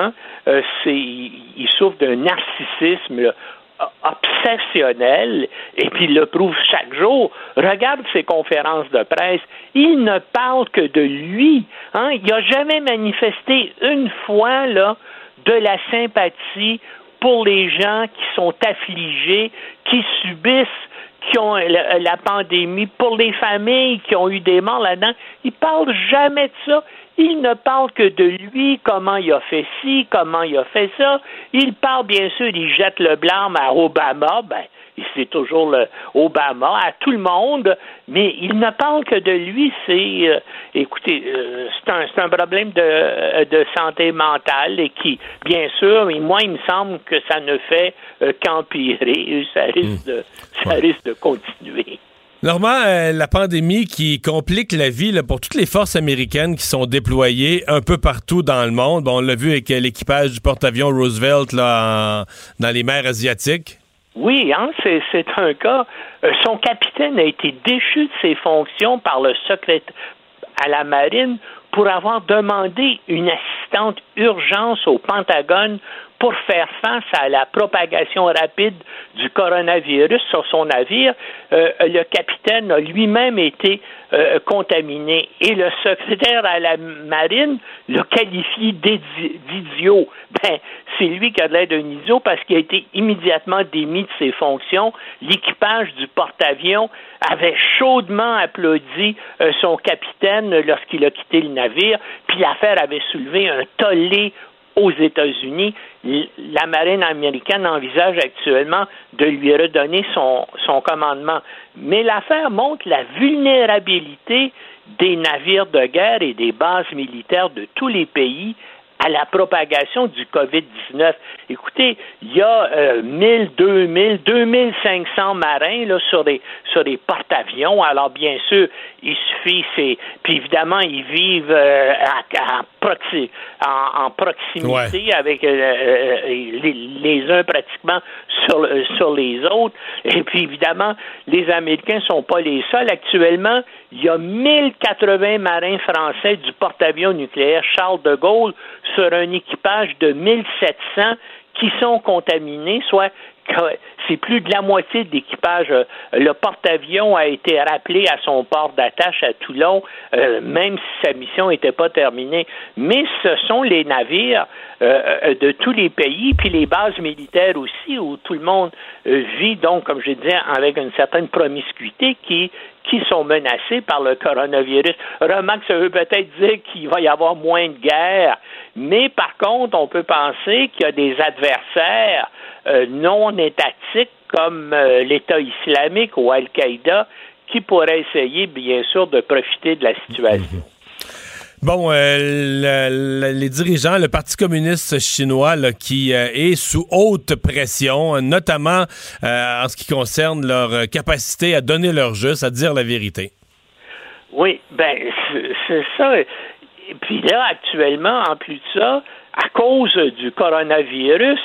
il souffre d'un narcissisme là, obsessionnel et puis il le prouve chaque jour. Regarde ses conférences de presse. Il ne parle que de lui. Il n'a jamais manifesté une fois là de la sympathie pour les gens qui sont affligés, qui subissent, qui ont la pandémie, pour les familles qui ont eu des morts là-dedans. Il parle jamais de ça. Il ne parle que de lui, comment il a fait ci, comment il a fait ça. Il parle, bien sûr, il jette le blâme à Obama, c'est toujours le Obama, à tout le monde, mais il ne parle que de lui. C'est un problème de santé mentale et qui, bien sûr, et moi, il me semble que ça ne fait qu'empirer. Ça risque de continuer. Normand, la pandémie qui complique la vie là, pour toutes les forces américaines qui sont déployées un peu partout dans le monde. Bon, on l'a vu avec l'équipage du porte-avions Roosevelt là, dans les mers asiatiques. Oui, c'est un cas. Son capitaine a été déchu de ses fonctions par le secrétaire à la marine pour avoir demandé une assistante urgence au Pentagone pour faire face à la propagation rapide du coronavirus sur son navire. Le capitaine a lui-même été contaminé et le secrétaire à la marine l'a qualifié d'idiot. C'est lui qui a l'air d'un idiot parce qu'il a été immédiatement démis de ses fonctions. L'équipage du porte-avions avait chaudement applaudi son capitaine lorsqu'il a quitté le navire, puis l'affaire avait soulevé un tollé aux États-Unis. La marine américaine envisage actuellement de lui redonner son commandement. Mais l'affaire montre la vulnérabilité des navires de guerre et des bases militaires de tous les pays à la propagation du COVID-19. Écoutez, il y a 1000, 2000, 2500 marins là, sur des porte-avions. Alors, bien sûr, il suffit, puis évidemment, ils vivent en proximité avec les uns pratiquement sur les autres. Et puis, évidemment, les Américains sont pas les seuls. Actuellement, il y a 1080 marins français du porte-avions nucléaire Charles de Gaulle sur un équipage de 1700 qui sont contaminés, soit c'est plus de la moitié de l'équipage. Le porte-avions a été rappelé à son port d'attache à Toulon, même si sa mission n'était pas terminée. Mais ce sont les navires de tous les pays, puis les bases militaires aussi, où tout le monde vit, donc, comme je disais, avec une certaine promiscuité qui sont menacés par le coronavirus. Remarque, ça veut peut-être dire qu'il va y avoir moins de guerre, mais par contre, on peut penser qu'il y a des adversaires non étatiques comme l'État islamique ou Al-Qaïda qui pourraient essayer, bien sûr, de profiter de la situation. Bon, les dirigeants, le Parti communiste chinois là, qui est sous haute pression, notamment en ce qui concerne leur capacité à donner leur juste, à dire la vérité. Oui, c'est ça. Et puis là, actuellement, en plus de ça, à cause du coronavirus,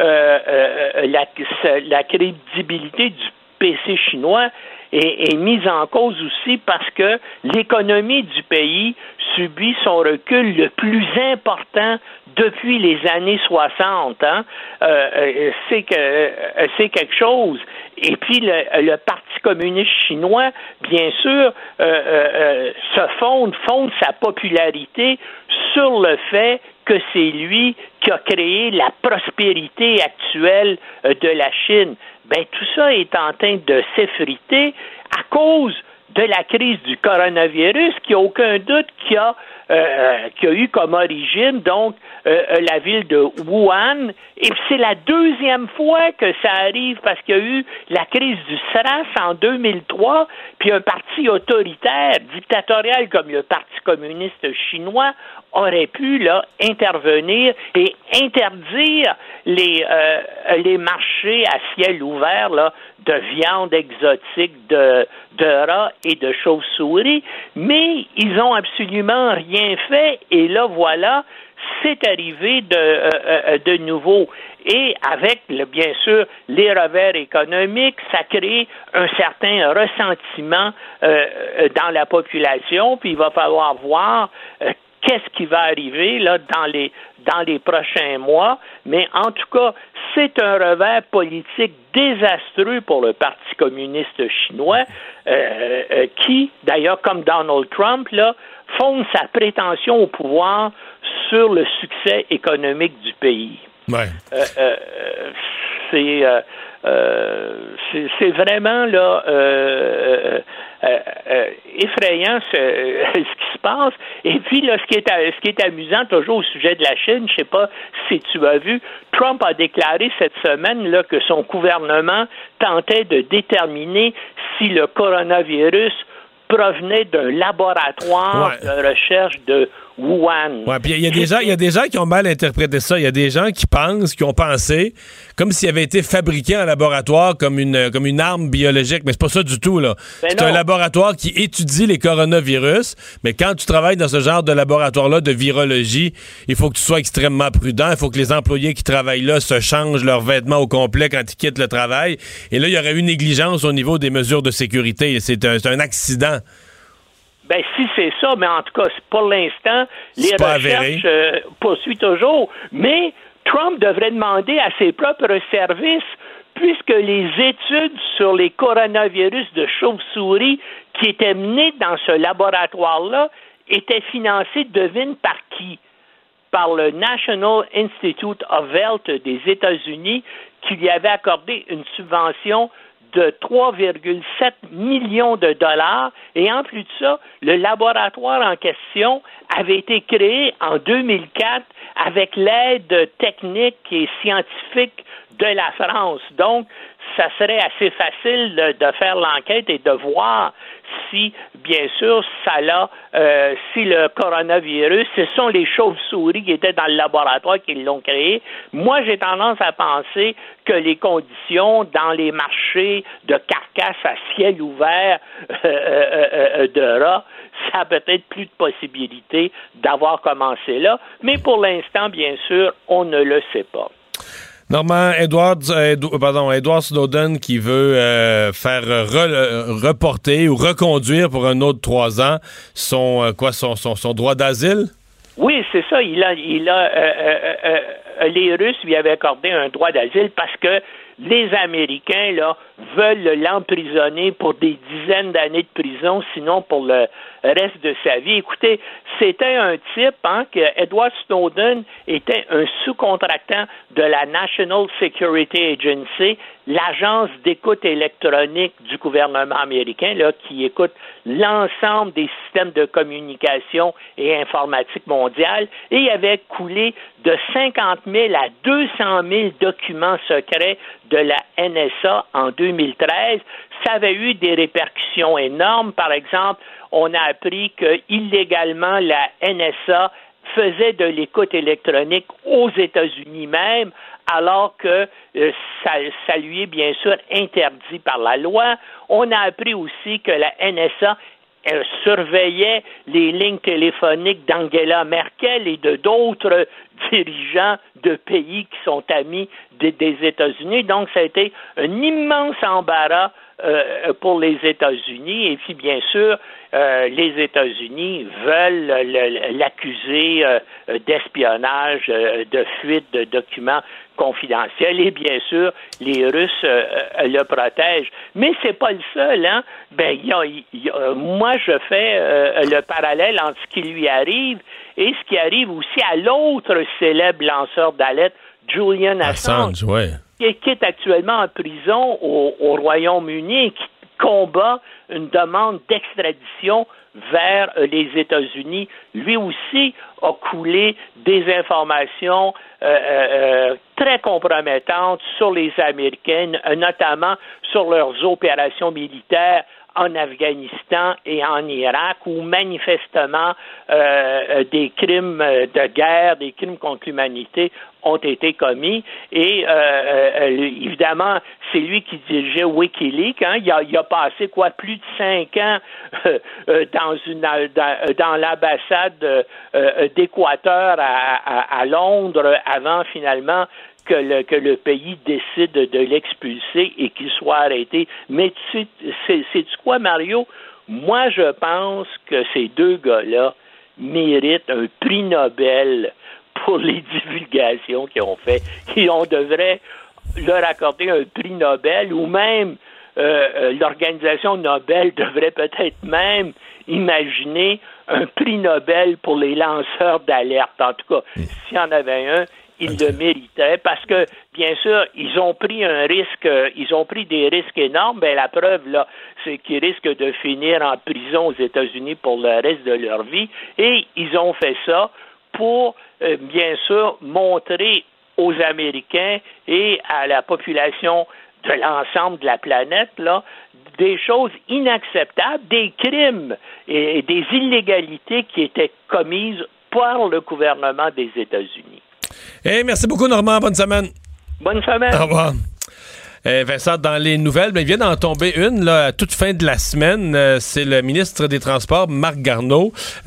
la crédibilité du PC chinois est mise en cause aussi parce que l'économie du pays subit son recul le plus important depuis les années 60. C'est quelque chose. Et puis le Parti communiste chinois, bien sûr, se fonde sa popularité sur le fait que c'est lui qui a créé la prospérité actuelle de la Chine. Tout ça est en train de s'effriter à cause de la crise du coronavirus, qui a aucun doute qui a eu comme origine donc la ville de Wuhan. Et c'est la deuxième fois que ça arrive parce qu'il y a eu la crise du SRAS en 2003, puis un parti autoritaire, dictatorial comme le Parti communiste chinois aurait pu intervenir et interdire les marchés à ciel ouvert de viande exotique, de rats et de chauves-souris, mais ils ont absolument rien fait et là voilà, c'est arrivé de nouveau. Et avec, bien sûr, les revers économiques, ça crée un certain ressentiment dans la population, puis il va falloir voir qu'est-ce qui va arriver là dans les prochains mois. Mais en tout cas, c'est un revers politique désastreux pour le Parti communiste chinois, qui, d'ailleurs, comme Donald Trump, là, fonde sa prétention au pouvoir sur le succès économique du pays. Ouais. C'est vraiment là effrayant ce qui se passe. Et puis là, ce qui est amusant toujours au sujet de la Chine, je sais pas si tu as vu, Trump a déclaré cette semaine là que son gouvernement tentait de déterminer si le coronavirus provenait d'un laboratoire de recherche de Wuhan. Ouais, puis il y a des gens qui ont mal interprété ça. Il y a des gens qui ont pensé comme s'il avait été fabriqué en laboratoire comme une arme biologique, mais c'est pas ça du tout là. C'est un laboratoire qui étudie les coronavirus, mais quand tu travailles dans ce genre de laboratoire-là de virologie, il faut que tu sois extrêmement prudent. Il faut que les employés qui travaillent là se changent leurs vêtements au complet quand ils quittent le travail. Et là, il y aurait eu négligence au niveau des mesures de sécurité. C'est un accident. Ben, si c'est ça, mais en tout cas, pour l'instant, les recherches poursuivent toujours. Mais Trump devrait demander à ses propres services, puisque les études sur les coronavirus de chauve-souris qui étaient menées dans ce laboratoire-là étaient financées, devine par qui? Par le National Institute of Health des États-Unis, qui lui avait accordé une subvention de 3,7 millions de dollars. Et en plus de ça, le laboratoire en question avait été créé en 2004 avec l'aide technique et scientifique de la France. Donc, ça serait assez facile de faire l'enquête et de voir si, bien sûr, si le coronavirus, ce sont les chauves-souris qui étaient dans le laboratoire qui l'ont créé. Moi, j'ai tendance à penser que les conditions dans les marchés de carcasses à ciel ouvert de rats, ça a peut-être plus de possibilités d'avoir commencé là. Mais pour l'instant, bien sûr, on ne le sait pas. Normand, Edward Snowden qui veut faire reporter ou reconduire pour un autre 3 ans son droit d'asile? Oui, c'est ça. Les Russes lui avaient accordé un droit d'asile parce que les Américains là veulent l'emprisonner pour des dizaines d'années de prison, sinon pour le reste de sa vie. Écoutez, c'était un type que Edward Snowden était un sous-contractant de la National Security Agency, l'agence d'écoute électronique du gouvernement américain, là, qui écoute l'ensemble des systèmes de communication et informatique mondiale, et il avait coulé de 50 000 à 200 000 documents secrets de la NSA en 2013. Ça avait eu des répercussions énormes. Par exemple, on a appris que illégalement la NSA faisait de l'écoute électronique aux États-Unis même, alors que ça lui est bien sûr interdit par la loi. On a appris aussi que la NSA surveillait les lignes téléphoniques d'Angela Merkel et de d'autres dirigeants de pays qui sont amis des États-Unis. Donc, ça a été un immense embarras pour les États-Unis. Et puis, bien sûr, les États-Unis veulent l'accuser d'espionnage, de fuite de documents confidentiels. Et bien sûr, les Russes le protègent. Mais c'est pas le seul, hein. Moi, je fais le parallèle entre ce qui lui arrive et ce qui arrive aussi à l'autre célèbre lanceur d'alerte, Julian Assange, qui est actuellement en prison au Royaume-Uni et qui combat une demande d'extradition vers les États-Unis. Lui aussi a coulé des informations très compromettantes sur les Américains, notamment sur leurs opérations militaires en Afghanistan et en Irak, où manifestement des crimes de guerre, des crimes contre l'humanité ont été commis. Et évidemment, c'est lui qui dirigeait Wikileaks. Hein. Il a passé plus de 5 ans dans l'ambassade d'Équateur à Londres avant finalement que le pays décide de l'expulser et qu'il soit arrêté. Mais c'est quoi, Mario? Moi, je pense que ces deux gars-là méritent un prix Nobel pour les divulgations qu'ils ont fait. On devrait leur accorder un prix Nobel, ou même l'organisation Nobel devrait peut-être même imaginer un prix Nobel pour les lanceurs d'alerte. En tout cas, s'il y en avait un, ils le méritaient, parce que, bien sûr, ils ont pris des risques énormes. Ben, la preuve, là, c'est qu'ils risquent de finir en prison aux États-Unis pour le reste de leur vie. Et ils ont fait ça pour, bien sûr, montrer aux Américains et à la population de l'ensemble de la planète, là, des choses inacceptables, des crimes et des illégalités qui étaient commises par le gouvernement des États-Unis. Hey, merci beaucoup, Normand. Bonne semaine. Bonne semaine. Au revoir. Vincent, dans les nouvelles, il vient d'en tomber une là, à toute fin de la semaine. C'est le ministre des Transports, Marc Garneau,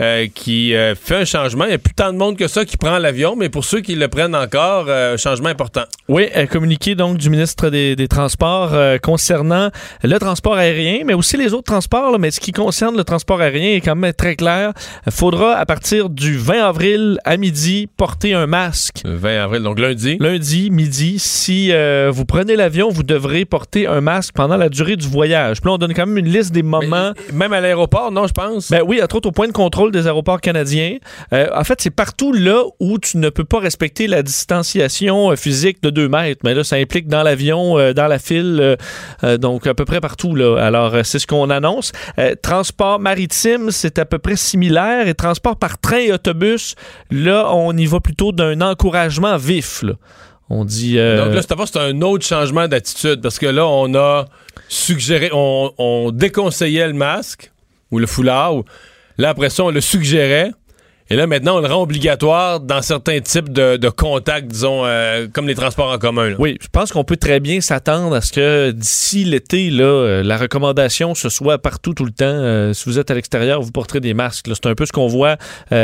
qui fait un changement. Il n'y a plus tant de monde que ça qui prend l'avion, mais pour ceux qui le prennent encore, un changement important. Oui, communiqué donc du ministre des Transports concernant le transport aérien, mais aussi les autres transports. Là, mais ce qui concerne le transport aérien est quand même très clair. Il faudra, à partir du 20 avril à midi, porter un masque. 20 avril, donc lundi. Lundi, midi. Si vous prenez l'avion, vous devrez porter un masque pendant la durée du voyage. Puis là, on donne quand même une liste des moments. Mais, même à l'aéroport, non, je pense? Ben oui, entre autres au point de contrôle des aéroports canadiens. En fait, c'est partout là où tu ne peux pas respecter la distanciation physique de 2 mètres. Mais là, ça implique dans l'avion, dans la file, donc à peu près partout, là. Alors, c'est ce qu'on annonce. Transport maritime, c'est à peu près similaire. Et transport par train et autobus, là, on y va plutôt d'un encouragement vif, là. On dit. Donc là, c'est un autre changement d'attitude, parce que là, on a suggéré, on déconseillait le masque ou le foulard. Là, après ça, on le suggérait. Et là, maintenant, on le rend obligatoire dans certains types de contacts, disons, comme les transports en commun. Là. Oui, je pense qu'on peut très bien s'attendre à ce que d'ici l'été, là, la recommandation, ce soit partout, tout le temps. Si vous êtes à l'extérieur, vous porterez des masques. Là. C'est un peu ce qu'on voit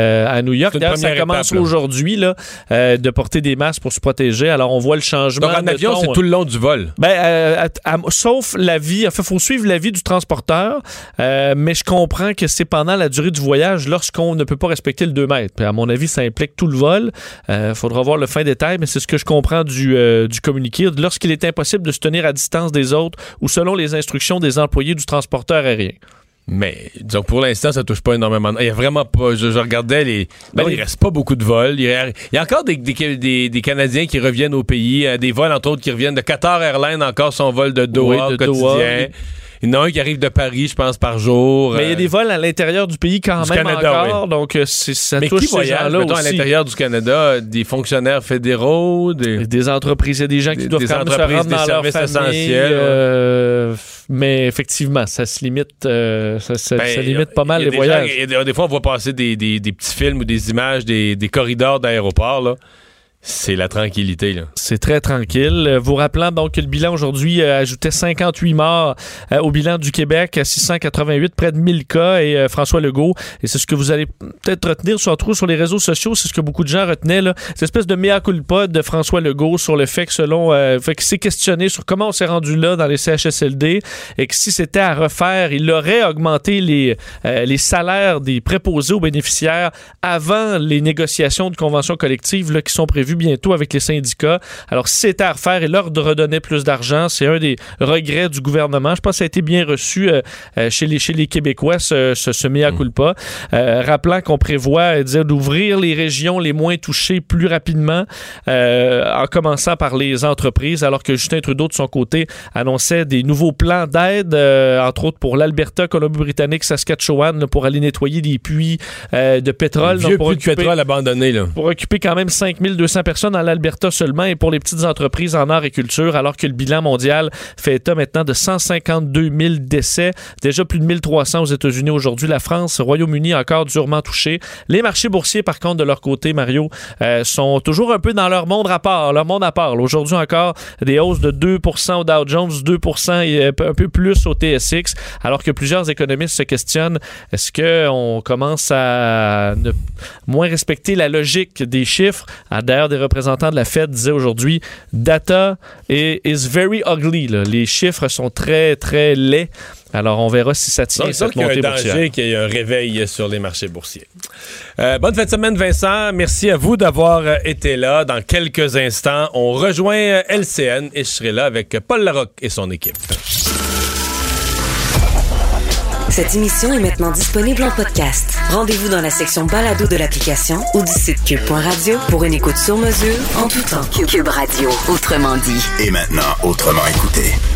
à New York. D'ailleurs, ça commence aujourd'hui là, de porter des masques pour se protéger. Alors, on voit le changement. Donc, en avion, c'est tout le long du vol. Sauf l'avis. En fait, il faut suivre l'avis du transporteur. Mais je comprends que c'est pendant la durée du voyage, lorsqu'on ne peut pas respecter le 2 mètres. Puis à mon avis, ça implique tout le vol. Faudra voir le fin détail, mais c'est ce que je comprends du communiqué. Lorsqu'il est impossible de se tenir à distance des autres ou selon les instructions des employés du transporteur aérien. Mais, disons, pour l'instant, ça touche pas énormément. Il y a vraiment pas... Je regardais il reste pas beaucoup de vols. Il y a encore des Canadiens qui reviennent au pays. Des vols, entre autres, qui reviennent de Qatar Airlines, encore son vol de Doha quotidien. Il y en a un qui arrive de Paris, je pense, par jour. Mais il y a des vols à l'intérieur du pays quand même Canada, encore. Oui. Donc, ça mais touche qui voyage, mettons, à l'intérieur du Canada? Des fonctionnaires fédéraux? Des entreprises. Il y a des gens qui doivent quand même se rendre dans leur famille. Mais effectivement, ça se limite, ça limite pas mal les voyages. Des fois, on voit passer des petits films ou des images des corridors d'aéroports, là. C'est la tranquillité, là. C'est très tranquille. Vous rappelant donc que le bilan aujourd'hui ajoutait 58 morts au bilan du Québec, 688, près de 1000 cas, et François Legault, et c'est ce que vous allez peut-être retenir surtout sur les réseaux sociaux, c'est ce que beaucoup de gens retenaient, là, cette espèce de mea culpa de François Legault sur le fait que qu'il s'est questionné sur comment on s'est rendu là dans les CHSLD, et que si c'était à refaire, il aurait augmenté les salaires des préposés aux bénéficiaires avant les négociations de conventions collectives là, qui sont prévues bientôt avec les syndicats. Alors, si c'était à refaire, il leur redonnait plus d'argent. C'est un des regrets du gouvernement. Je pense que ça a été bien reçu chez les Québécois, ce mea culpa. Rappelant qu'on prévoit d'ouvrir les régions les moins touchées plus rapidement, en commençant par les entreprises, alors que Justin Trudeau, de son côté, annonçait des nouveaux plans d'aide, entre autres pour l'Alberta, Colombie-Britannique, Saskatchewan, là, pour aller nettoyer des puits de pétrole. Vieux puits de pétrole abandonnés. Là. Pour occuper quand même 5200 200 personnes dans l'Alberta seulement et pour les petites entreprises en art et culture, alors que le bilan mondial fait état maintenant de 152 000 décès. Déjà plus de 1300 aux États-Unis aujourd'hui. La France, Royaume-Uni encore durement touchés. Les marchés boursiers, par contre, de leur côté, Mario, sont toujours un peu dans leur monde à part. Aujourd'hui encore, des hausses de 2% au Dow Jones, 2% et un peu plus au TSX, alors que plusieurs économistes se questionnent, est-ce qu'on commence à ne moins respecter la logique des chiffres? D'ailleurs, des représentants de la Fed disaient aujourd'hui, data is very ugly. Là. Les chiffres sont très, très laids. Alors, on verra si ça tient cette montée boursière. Donc, il y a un danger qu'il y ait un réveil sur les marchés boursiers. Bonne fin de semaine, Vincent. Merci à vous d'avoir été là. Dans quelques instants, on rejoint LCN et je serai là avec Paul Larocque et son équipe. Cette émission est maintenant disponible en podcast. Rendez-vous dans la section balado de l'application ou du site cube.radio pour une écoute sur mesure en tout temps. Cube Radio, autrement dit. Et maintenant, autrement écouté.